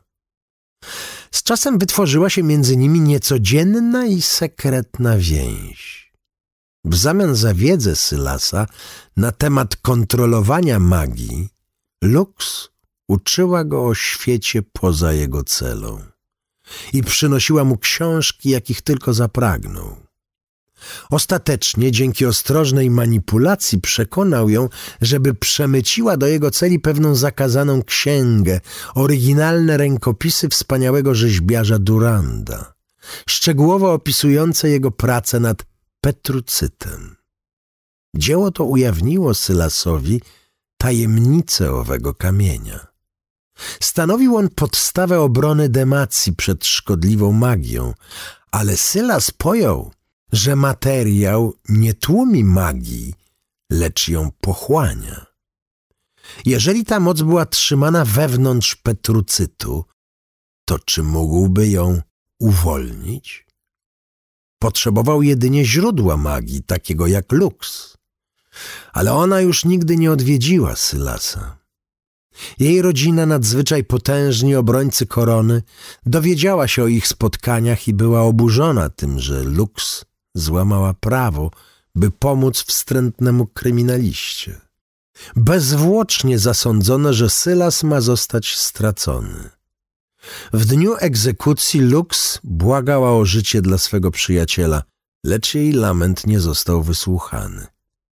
Z czasem wytworzyła się między nimi niecodzienna i sekretna więź. W zamian za wiedzę Sylasa na temat kontrolowania magii, Lux uczyła go o świecie poza jego celą i przynosiła mu książki, jakich tylko zapragnął. Ostatecznie, dzięki ostrożnej manipulacji, przekonał ją, żeby przemyciła do jego celi pewną zakazaną księgę, oryginalne rękopisy wspaniałego rzeźbiarza Duranda, szczegółowo opisujące jego pracę nad petrucytem. Dzieło to ujawniło Sylasowi tajemnicę owego kamienia. Stanowił on podstawę obrony Demacji przed szkodliwą magią, ale Sylas pojął, że materiał nie tłumi magii, lecz ją pochłania. Jeżeli ta moc była trzymana wewnątrz petrucytu, to czy mógłby ją uwolnić? Potrzebował jedynie źródła magii, takiego jak Lux. Ale ona już nigdy nie odwiedziła Sylasa. Jej rodzina, nadzwyczaj potężni obrońcy korony, dowiedziała się o ich spotkaniach i była oburzona tym, że Lux złamała prawo, by pomóc wstrętnemu kryminaliście. Bezwłocznie zasądzono, że Sylas ma zostać stracony. W dniu egzekucji Lux błagała o życie dla swego przyjaciela, lecz jej lament nie został wysłuchany.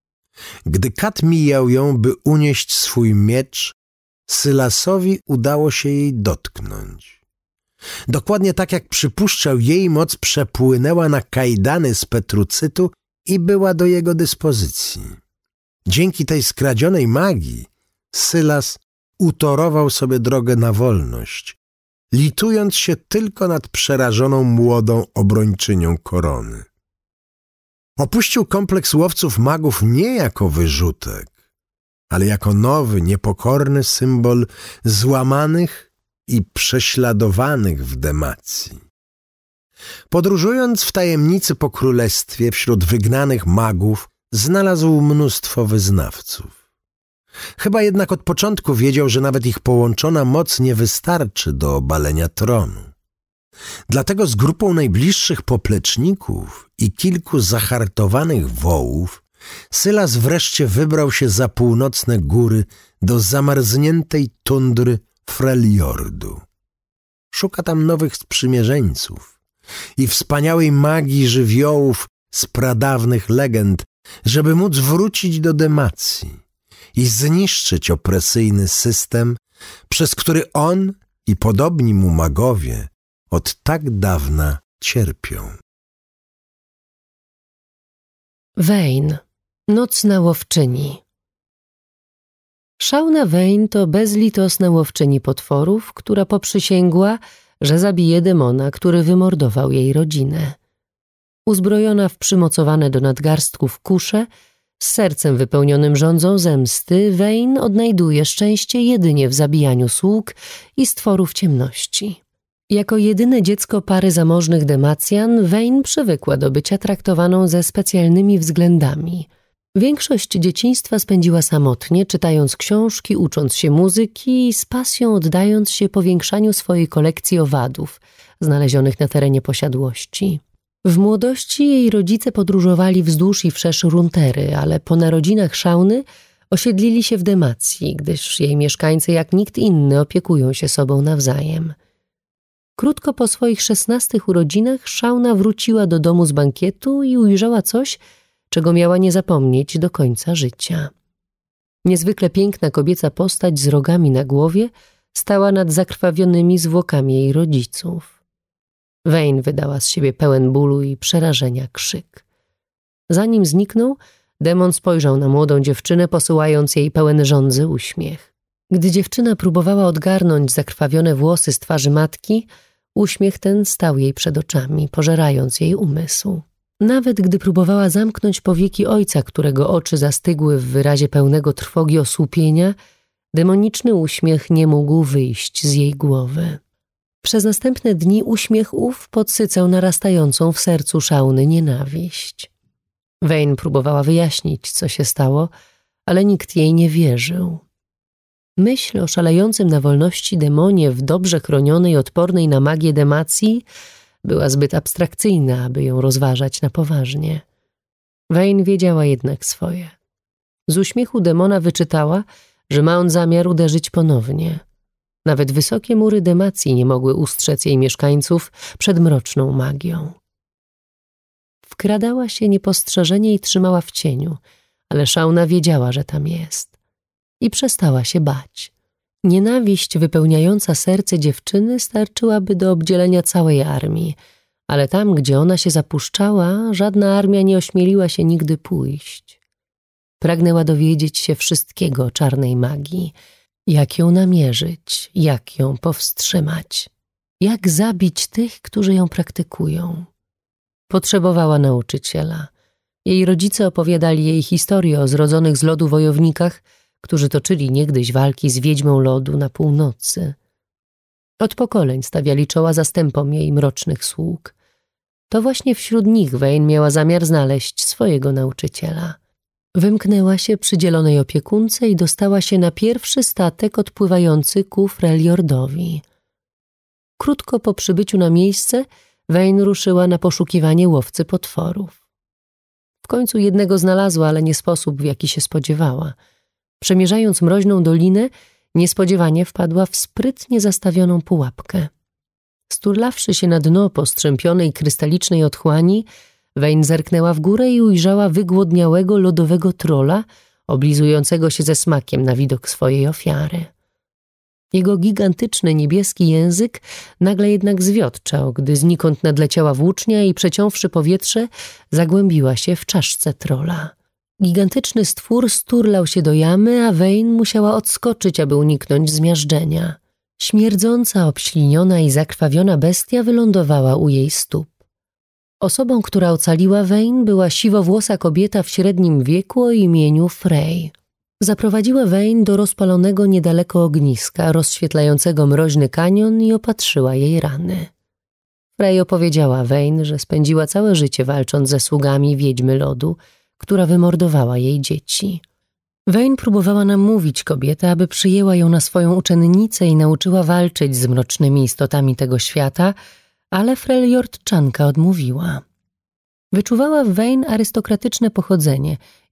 Gdy kat mijał ją, by unieść swój miecz, Sylasowi udało się jej dotknąć. Dokładnie tak jak przypuszczał, jej moc przepłynęła na kajdany z petrucytu i była do jego dyspozycji. Dzięki tej skradzionej magii Sylas utorował sobie drogę na wolność, litując się tylko nad przerażoną młodą obrończynią korony. Opuścił kompleks łowców magów nie jako wyrzutek, ale jako nowy, niepokorny symbol złamanych i prześladowanych w Demacji. Podróżując w tajemnicy po królestwie wśród wygnanych magów, znalazł mnóstwo wyznawców. Chyba jednak od początku wiedział, że nawet ich połączona moc nie wystarczy do obalenia tronu. Dlatego z grupą najbliższych popleczników i kilku zahartowanych wołów Sylas wreszcie wybrał się za północne góry do zamarzniętej tundry Freljordu. Szuka tam nowych sprzymierzeńców i wspaniałej magii żywiołów z pradawnych legend, żeby móc wrócić do Demacji i zniszczyć opresyjny system, przez który on i podobni mu magowie od tak dawna cierpią. Wejn, nocna łowczyni. Shauna Wejn to bezlitosna łowczyni potworów, która poprzysięgła, że zabije demona, który wymordował jej rodzinę. Uzbrojona w przymocowane do nadgarstków kusze, z sercem wypełnionym żądzą zemsty, Wejn odnajduje szczęście jedynie w zabijaniu sług i stworów ciemności. Jako jedyne dziecko pary zamożnych Demacjan, Wejn przywykła do bycia traktowaną ze specjalnymi względami. Większość dzieciństwa spędziła samotnie, czytając książki, ucząc się muzyki i z pasją oddając się powiększaniu swojej kolekcji owadów, znalezionych na terenie posiadłości. W młodości jej rodzice podróżowali wzdłuż i wszerz Runtery, ale po narodzinach Shauny osiedlili się w Demacji, gdyż jej mieszkańcy jak nikt inny opiekują się sobą nawzajem. Krótko po swoich szesnastych urodzinach Shauna wróciła do domu z bankietu i ujrzała coś, czego miała nie zapomnieć do końca życia. Niezwykle piękna kobieca postać z rogami na głowie stała nad zakrwawionymi zwłokami jej rodziców. Wejn wydała z siebie pełen bólu i przerażenia krzyk. Zanim zniknął, demon spojrzał na młodą dziewczynę, posyłając jej pełen żądzy uśmiech. Gdy dziewczyna próbowała odgarnąć zakrwawione włosy z twarzy matki, uśmiech ten stał jej przed oczami, pożerając jej umysł. Nawet gdy próbowała zamknąć powieki ojca, którego oczy zastygły w wyrazie pełnego trwogi osłupienia, demoniczny uśmiech nie mógł wyjść z jej głowy. Przez następne dni uśmiech ów podsycał narastającą w sercu Shauny nienawiść. Wejn próbowała wyjaśnić, co się stało, ale nikt jej nie wierzył. Myśl o szalejącym na wolności demonie w dobrze chronionej, odpornej na magię Demacji była zbyt abstrakcyjna, aby ją rozważać na poważnie. Wejn wiedziała jednak swoje. Z uśmiechu demona wyczytała, że ma on zamiar uderzyć ponownie. Nawet wysokie mury Demacji nie mogły ustrzec jej mieszkańców przed mroczną magią. Wkradała się niepostrzeżenie i trzymała w cieniu, ale Shauna wiedziała, że tam jest. I przestała się bać. Nienawiść wypełniająca serce dziewczyny starczyłaby do obdzielenia całej armii, ale tam, gdzie ona się zapuszczała, żadna armia nie ośmieliła się nigdy pójść. Pragnęła dowiedzieć się wszystkiego o czarnej magii, jak ją namierzyć, jak ją powstrzymać, jak zabić tych, którzy ją praktykują. Potrzebowała nauczyciela. Jej rodzice opowiadali jej historię o zrodzonych z lodu wojownikach, którzy toczyli niegdyś walki z wiedźmą lodu na północy. Od pokoleń stawiali czoła zastępom jej mrocznych sług. To właśnie wśród nich Wejn miała zamiar znaleźć swojego nauczyciela. Wymknęła się przydzielonej opiekunce i dostała się na pierwszy statek odpływający ku Freljordowi. Krótko po przybyciu na miejsce Wejn ruszyła na poszukiwanie łowcy potworów. W końcu jednego znalazła, ale nie sposób, w jaki się spodziewała. Przemierzając mroźną dolinę, niespodziewanie wpadła w sprytnie zastawioną pułapkę. Sturlawszy się na dno postrzępionej krystalicznej otchłani, Wejn zerknęła w górę i ujrzała wygłodniałego lodowego trola, oblizującego się ze smakiem na widok swojej ofiary. Jego gigantyczny niebieski język nagle jednak zwiotczał, gdy znikąd nadleciała włócznia i przeciąwszy powietrze, zagłębiła się w czaszce trola. Gigantyczny stwór sturlał się do jamy, a Wejn musiała odskoczyć, aby uniknąć zmiażdżenia. Śmierdząca, obśliniona i zakrwawiona bestia wylądowała u jej stóp. Osobą, która ocaliła Wejn, była siwowłosa kobieta w średnim wieku o imieniu Frey. Zaprowadziła Wejn do rozpalonego niedaleko ogniska, rozświetlającego mroźny kanion i opatrzyła jej rany. Frey opowiedziała Wejn, że spędziła całe życie walcząc ze sługami wiedźmy lodu, która wymordowała jej dzieci. Wejn próbowała namówić kobietę, aby przyjęła ją na swoją uczennicę i nauczyła walczyć z mrocznymi istotami tego świata, ale Freljordczanka odmówiła. Wyczuwała w Wejn arystokratyczne pochodzenie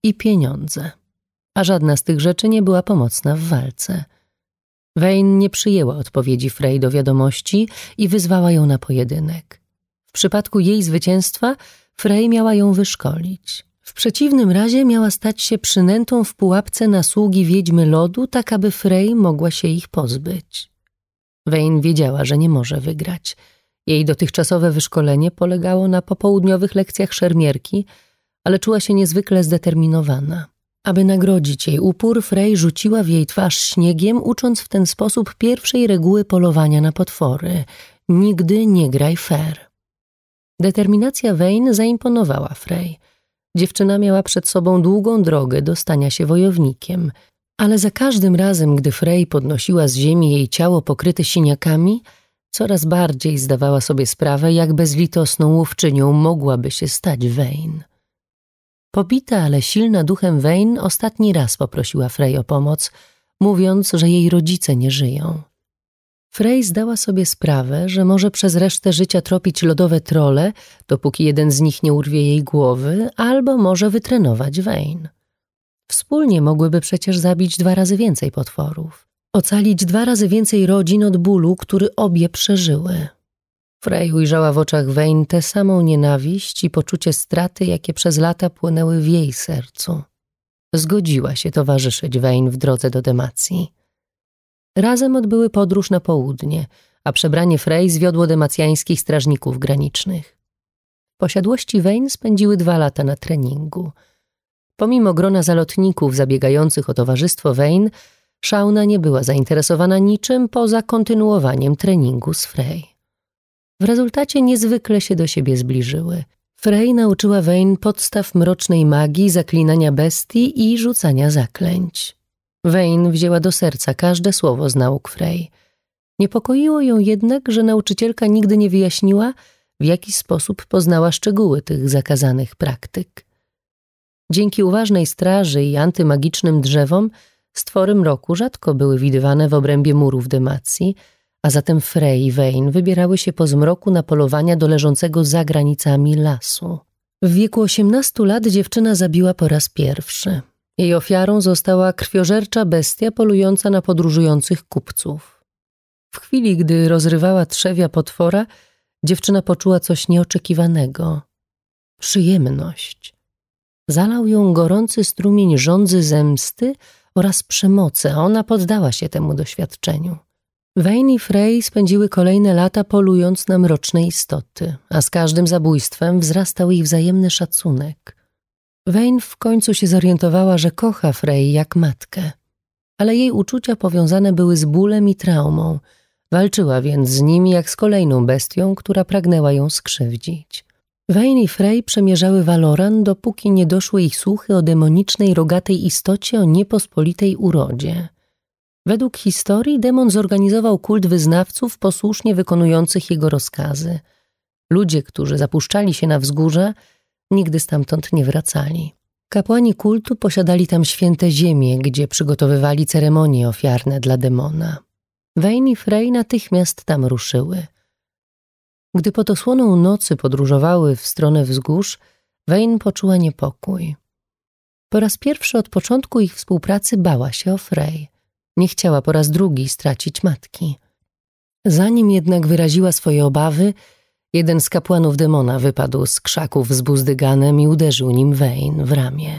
i pieniądze. A żadna z tych rzeczy nie była pomocna w walce. Wayne nie przyjęła odpowiedzi Frey do wiadomości i wyzwała ją na pojedynek. W przypadku jej zwycięstwa Frey miała ją wyszkolić. W przeciwnym razie miała stać się przynętą w pułapce na sługi wiedźmy lodu, tak aby Frey mogła się ich pozbyć. Wayne wiedziała, że nie może wygrać. Jej dotychczasowe wyszkolenie polegało na popołudniowych lekcjach szermierki, ale czuła się niezwykle zdeterminowana. Aby nagrodzić jej upór, Frey rzuciła w jej twarz śniegiem, ucząc w ten sposób pierwszej reguły polowania na potwory – nigdy nie graj fair. Determinacja Wayne zaimponowała Frey. Dziewczyna miała przed sobą długą drogę do stania się wojownikiem, ale za każdym razem, gdy Frey podnosiła z ziemi jej ciało pokryte siniakami, coraz bardziej zdawała sobie sprawę, jak bezlitosną łowczynią mogłaby się stać Wayne. Pobita, ale silna duchem Wayne ostatni raz poprosiła Frey o pomoc, mówiąc, że jej rodzice nie żyją. Frey zdała sobie sprawę, że może przez resztę życia tropić lodowe trolle, dopóki jeden z nich nie urwie jej głowy, albo może wytrenować Wayne. Wspólnie mogłyby przecież zabić dwa razy więcej potworów. Ocalić dwa razy więcej rodzin od bólu, który obie przeżyły. Frey ujrzała w oczach Wayne tę samą nienawiść i poczucie straty, jakie przez lata płynęły w jej sercu. Zgodziła się towarzyszyć Wayne w drodze do Demacji. Razem odbyły podróż na południe, a przebranie Frey zwiodło demacjańskich strażników granicznych. W posiadłości Wayne spędziły dwa lata na treningu. Pomimo grona zalotników zabiegających o towarzystwo Wayne, Shauna nie była zainteresowana niczym poza kontynuowaniem treningu z Frey. W rezultacie niezwykle się do siebie zbliżyły. Frey nauczyła Wayne podstaw mrocznej magii, zaklinania bestii i rzucania zaklęć. Wayne wzięła do serca każde słowo z nauk Frey. Niepokoiło ją jednak, że nauczycielka nigdy nie wyjaśniła, w jaki sposób poznała szczegóły tych zakazanych praktyk. Dzięki uważnej straży i antymagicznym drzewom stwory mroku rzadko były widywane w obrębie murów Demacji, a zatem Frey i Wayne wybierały się po zmroku na polowania do leżącego za granicami lasu. W wieku osiemnastu lat dziewczyna zabiła po raz pierwszy. Jej ofiarą została krwiożercza bestia polująca na podróżujących kupców. W chwili, gdy rozrywała trzewia potwora, dziewczyna poczuła coś nieoczekiwanego. Przyjemność. Zalał ją gorący strumień żądzy zemsty oraz przemocy, a ona poddała się temu doświadczeniu. Wayne i Frey spędziły kolejne lata polując na mroczne istoty, a z każdym zabójstwem wzrastał ich wzajemny szacunek. Wayne w końcu się zorientowała, że kocha Frey jak matkę, ale jej uczucia powiązane były z bólem i traumą. Walczyła więc z nimi jak z kolejną bestią, która pragnęła ją skrzywdzić. Wayne i Frey przemierzały Valoran, dopóki nie doszły ich słuchy o demonicznej rogatej istocie o niepospolitej urodzie. Według historii demon zorganizował kult wyznawców posłusznie wykonujących jego rozkazy. Ludzie, którzy zapuszczali się na wzgórza, nigdy stamtąd nie wracali. Kapłani kultu posiadali tam święte ziemie, gdzie przygotowywali ceremonie ofiarne dla demona. Wayne i Frey natychmiast tam ruszyły. Gdy pod osłoną nocy podróżowały w stronę wzgórz, Wayne poczuła niepokój. Po raz pierwszy od początku ich współpracy bała się o Frey. Nie chciała po raz drugi stracić matki. Zanim jednak wyraziła swoje obawy, jeden z kapłanów demona wypadł z krzaków z buzdyganem i uderzył nim Wayne w ramię.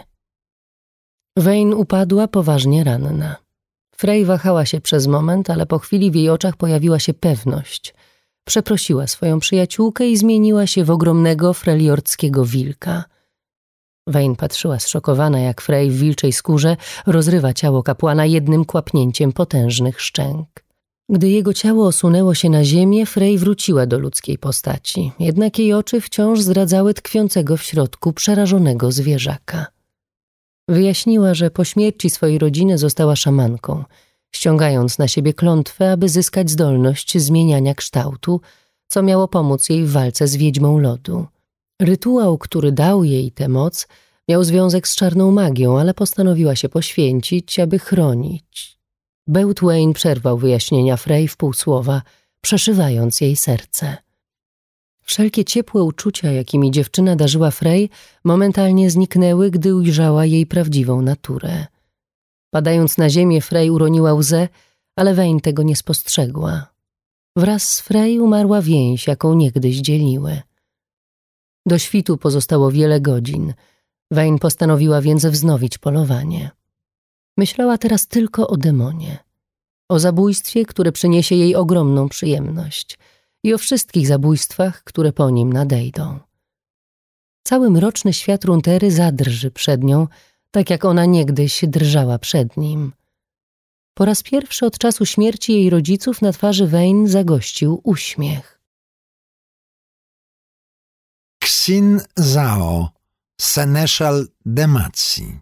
Wayne upadła poważnie ranna. Frey wahała się przez moment, ale po chwili w jej oczach pojawiła się pewność. Przeprosiła swoją przyjaciółkę i zmieniła się w ogromnego freliordzkiego wilka. Wayne patrzyła zszokowana, jak Frey w wilczej skórze rozrywa ciało kapłana jednym kłapnięciem potężnych szczęk. Gdy jego ciało osunęło się na ziemię, Frey wróciła do ludzkiej postaci, jednak jej oczy wciąż zdradzały tkwiącego w środku przerażonego zwierzaka. Wyjaśniła, że po śmierci swojej rodziny została szamanką, ściągając na siebie klątwę, aby zyskać zdolność zmieniania kształtu, co miało pomóc jej w walce z wiedźmą lodu. Rytuał, który dał jej tę moc, miał związek z czarną magią, ale postanowiła się poświęcić, aby chronić. Bełt Wayne przerwał wyjaśnienia Frey w pół słowa, przeszywając jej serce. Wszelkie ciepłe uczucia, jakimi dziewczyna darzyła Frey, momentalnie zniknęły, gdy ujrzała jej prawdziwą naturę. Padając na ziemię, Frey uroniła łzę, ale Wayne tego nie spostrzegła. Wraz z Frey umarła więź, jaką niegdyś dzieliły. Do świtu pozostało wiele godzin. Wayne postanowiła więc wznowić polowanie. Myślała teraz tylko o demonie. O zabójstwie, które przyniesie jej ogromną przyjemność. I o wszystkich zabójstwach, które po nim nadejdą. Cały mroczny świat Runeterry zadrży przed nią, tak jak ona niegdyś drżała przed nim. Po raz pierwszy od czasu śmierci jej rodziców na twarzy Wayne zagościł uśmiech. Xin Zhao, seneszal Demacji.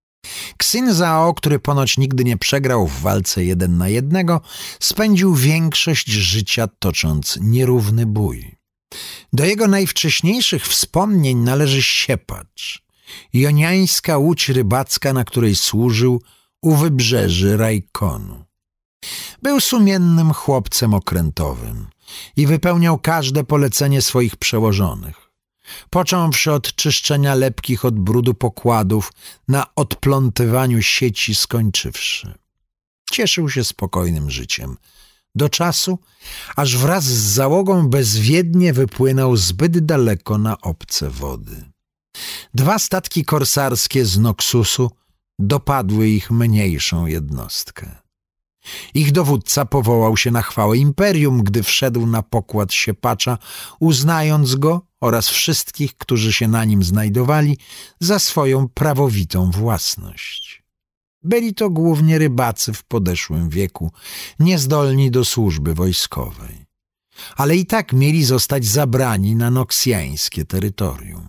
Xin Zhao, który ponoć nigdy nie przegrał w walce jeden na jednego, spędził większość życia tocząc nierówny bój. Do jego najwcześniejszych wspomnień należy Siepacz, joniańska łódź rybacka, na której służył u wybrzeży Rajkonu. Był sumiennym chłopcem okrętowym i wypełniał każde polecenie swoich przełożonych. Począwszy od czyszczenia lepkich od brudu pokładów, na odplątywaniu sieci skończywszy. Cieszył się spokojnym życiem, do czasu, aż wraz z załogą bezwiednie wypłynął zbyt daleko na obce wody. Dwa statki korsarskie z Noxusu dopadły ich mniejszą jednostkę. Ich dowódca powołał się na chwałę imperium, gdy wszedł na pokład Siepacza, uznając go oraz wszystkich, którzy się na nim znajdowali, za swoją prawowitą własność. Byli to głównie rybacy w podeszłym wieku, niezdolni do służby wojskowej. Ale i tak mieli zostać zabrani na noksjańskie terytorium.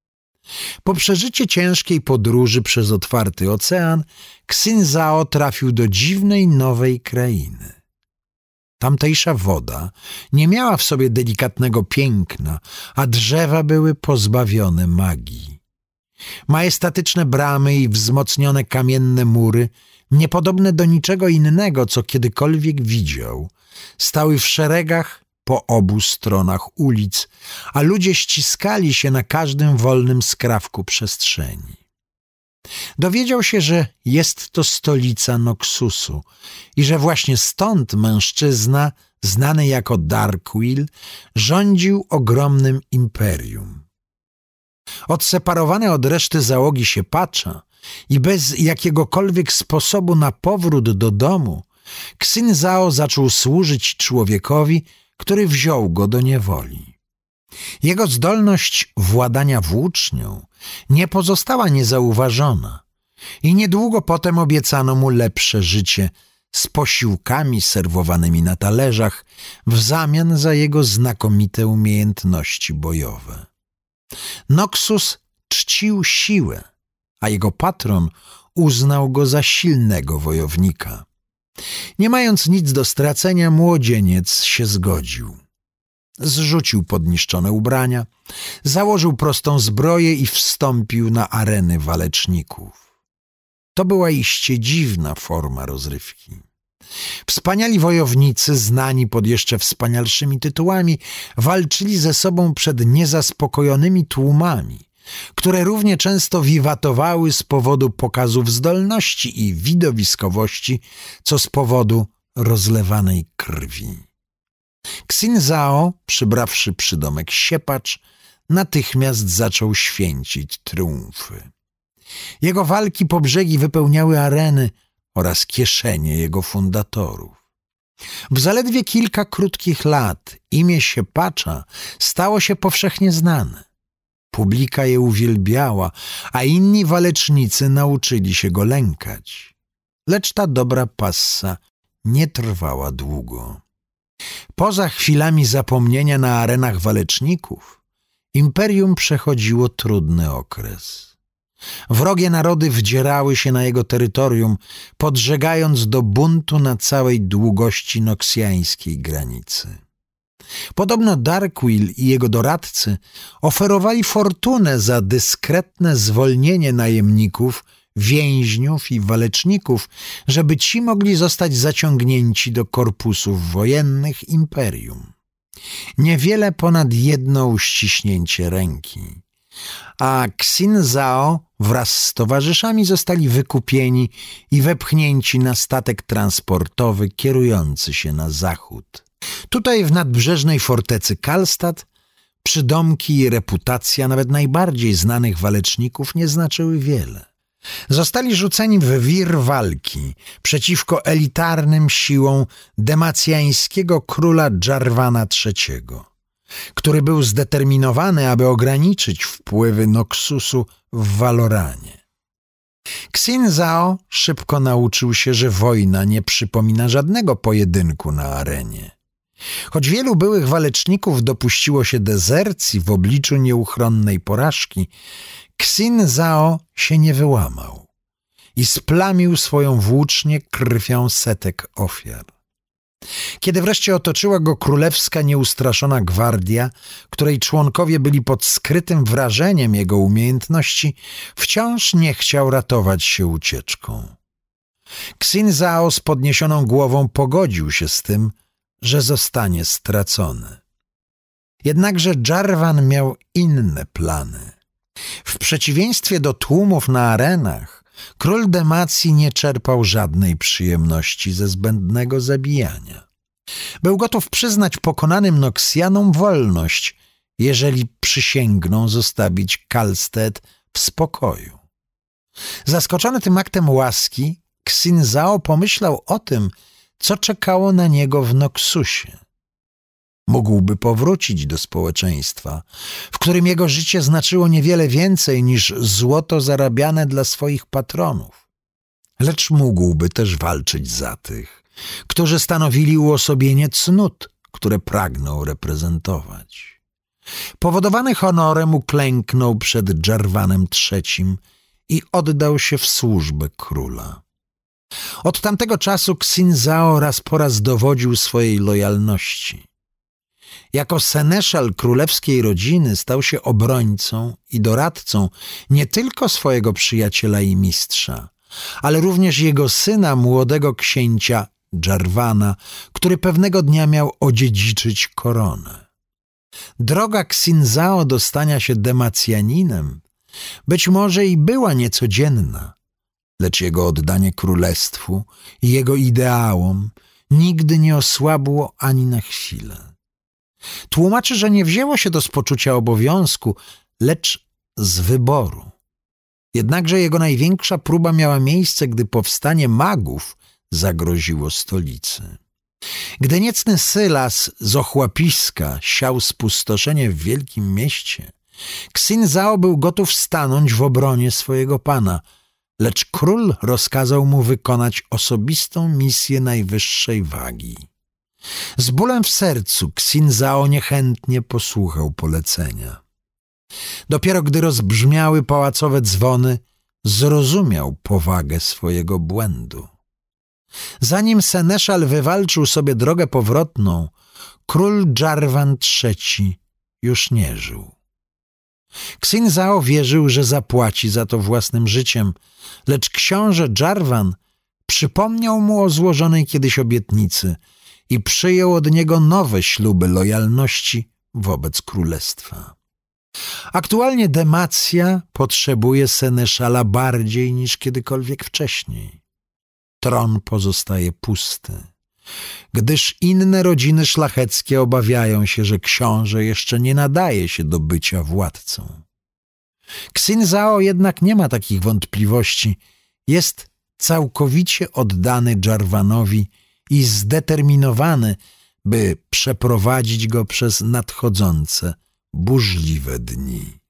Po przeżyciu ciężkiej podróży przez otwarty ocean, Xin Zhao trafił do dziwnej nowej krainy. Tamtejsza woda nie miała w sobie delikatnego piękna, a drzewa były pozbawione magii. Majestatyczne bramy i wzmocnione kamienne mury, niepodobne do niczego innego, co kiedykolwiek widział, stały w szeregach po obu stronach ulic, a ludzie ściskali się na każdym wolnym skrawku przestrzeni. Dowiedział się, że jest to stolica Noxusu i że właśnie stąd mężczyzna, znany jako Darkwill, rządził ogromnym imperium. Odseparowany od reszty załogi Siepacza i bez jakiegokolwiek sposobu na powrót do domu, Xin Zhao zaczął służyć człowiekowi, który wziął go do niewoli. Jego zdolność władania włócznią nie pozostała niezauważona i niedługo potem obiecano mu lepsze życie z posiłkami serwowanymi na talerzach w zamian za jego znakomite umiejętności bojowe. Noxus czcił siłę, a jego patron uznał go za silnego wojownika. Nie mając nic do stracenia, młodzieniec się zgodził. Zrzucił podniszczone ubrania, założył prostą zbroję i wstąpił na areny waleczników. To była iście dziwna forma rozrywki. Wspaniali wojownicy, znani pod jeszcze wspanialszymi tytułami, walczyli ze sobą przed niezaspokojonymi tłumami, które równie często wiwatowały z powodu pokazów zdolności i widowiskowości, co z powodu rozlewanej krwi. Xin Zhao, przybrawszy przydomek Siepacz, natychmiast zaczął święcić triumfy. Jego walki po brzegi wypełniały areny oraz kieszenie jego fundatorów. W zaledwie kilka krótkich lat imię Siepacza stało się powszechnie znane. Publika je uwielbiała, a inni walecznicy nauczyli się go lękać. Lecz ta dobra passa nie trwała długo. Poza chwilami zapomnienia na arenach waleczników, imperium przechodziło trudny okres. Wrogie narody wdzierały się na jego terytorium, podżegając do buntu na całej długości noksjańskiej granicy. Podobno Darkwill i jego doradcy oferowali fortunę za dyskretne zwolnienie najemników, więźniów i waleczników, żeby ci mogli zostać zaciągnięci do korpusów wojennych imperium. Niewiele ponad jedno uściśnięcie ręki. A Xin Zhao wraz z towarzyszami zostali wykupieni i wepchnięci na statek transportowy kierujący się na zachód. Tutaj w nadbrzeżnej fortecy Karlstadt przydomki i reputacja nawet najbardziej znanych waleczników nie znaczyły wiele. Zostali rzuceni w wir walki przeciwko elitarnym siłom demacjańskiego króla Jarvana trzeciego, który był zdeterminowany, aby ograniczyć wpływy Noxusu w Valoranie. Xin Zhao szybko nauczył się, że wojna nie przypomina żadnego pojedynku na arenie. Choć wielu byłych waleczników dopuściło się dezercji w obliczu nieuchronnej porażki, Xin Zhao się nie wyłamał i splamił swoją włócznię krwią setek ofiar. Kiedy wreszcie otoczyła go królewska nieustraszona gwardia, której członkowie byli pod skrytym wrażeniem jego umiejętności, wciąż nie chciał ratować się ucieczką. Xin Zhao z podniesioną głową pogodził się z tym, że zostanie stracony. Jednakże Jarvan miał inne plany. W przeciwieństwie do tłumów na arenach, król Demacji nie czerpał żadnej przyjemności ze zbędnego zabijania. Był gotów przyznać pokonanym Noxianom wolność, jeżeli przysięgną zostawić Karlstedt w spokoju. Zaskoczony tym aktem łaski, Xin Zhao pomyślał o tym, co czekało na niego w Noxusie. Mógłby powrócić do społeczeństwa, w którym jego życie znaczyło niewiele więcej niż złoto zarabiane dla swoich patronów. Lecz mógłby też walczyć za tych, którzy stanowili uosobienie cnót, które pragnął reprezentować. Powodowany honorem uklęknął przed Jarvanem trzecim i oddał się w służbę króla. Od tamtego czasu Xin Zhao raz po raz dowodził swojej lojalności. Jako seneszal królewskiej rodziny stał się obrońcą i doradcą nie tylko swojego przyjaciela i mistrza, ale również jego syna, młodego księcia Jarvana, który pewnego dnia miał odziedziczyć koronę. Droga Xin Zhao do stania się demacjaninem być może i była niecodzienna, lecz jego oddanie królestwu i jego ideałom nigdy nie osłabło ani na chwilę. Tłumaczy, że nie wzięło się to z poczucia obowiązku, lecz z wyboru. Jednakże jego największa próba miała miejsce, gdy powstanie magów zagroziło stolicy. Gdy niecny Sylas z Ochłapiska siał spustoszenie w wielkim mieście, Xin Zhao był gotów stanąć w obronie swojego pana, lecz król rozkazał mu wykonać osobistą misję najwyższej wagi. Z bólem w sercu Xin Zhao niechętnie posłuchał polecenia. Dopiero gdy rozbrzmiały pałacowe dzwony, zrozumiał powagę swojego błędu. Zanim seneszal wywalczył sobie drogę powrotną, król Jarvan trzeci już nie żył. Xin Zhao wierzył, że zapłaci za to własnym życiem, lecz książę Jarvan przypomniał mu o złożonej kiedyś obietnicy i przyjął od niego nowe śluby lojalności wobec królestwa. Aktualnie Demacja potrzebuje seneszala bardziej niż kiedykolwiek wcześniej. Tron pozostaje pusty, gdyż inne rodziny szlacheckie obawiają się, że książę jeszcze nie nadaje się do bycia władcą. Xin Zhao jednak nie ma takich wątpliwości. Jest całkowicie oddany Jarvanowi i zdeterminowany, by przeprowadzić go przez nadchodzące burzliwe dni.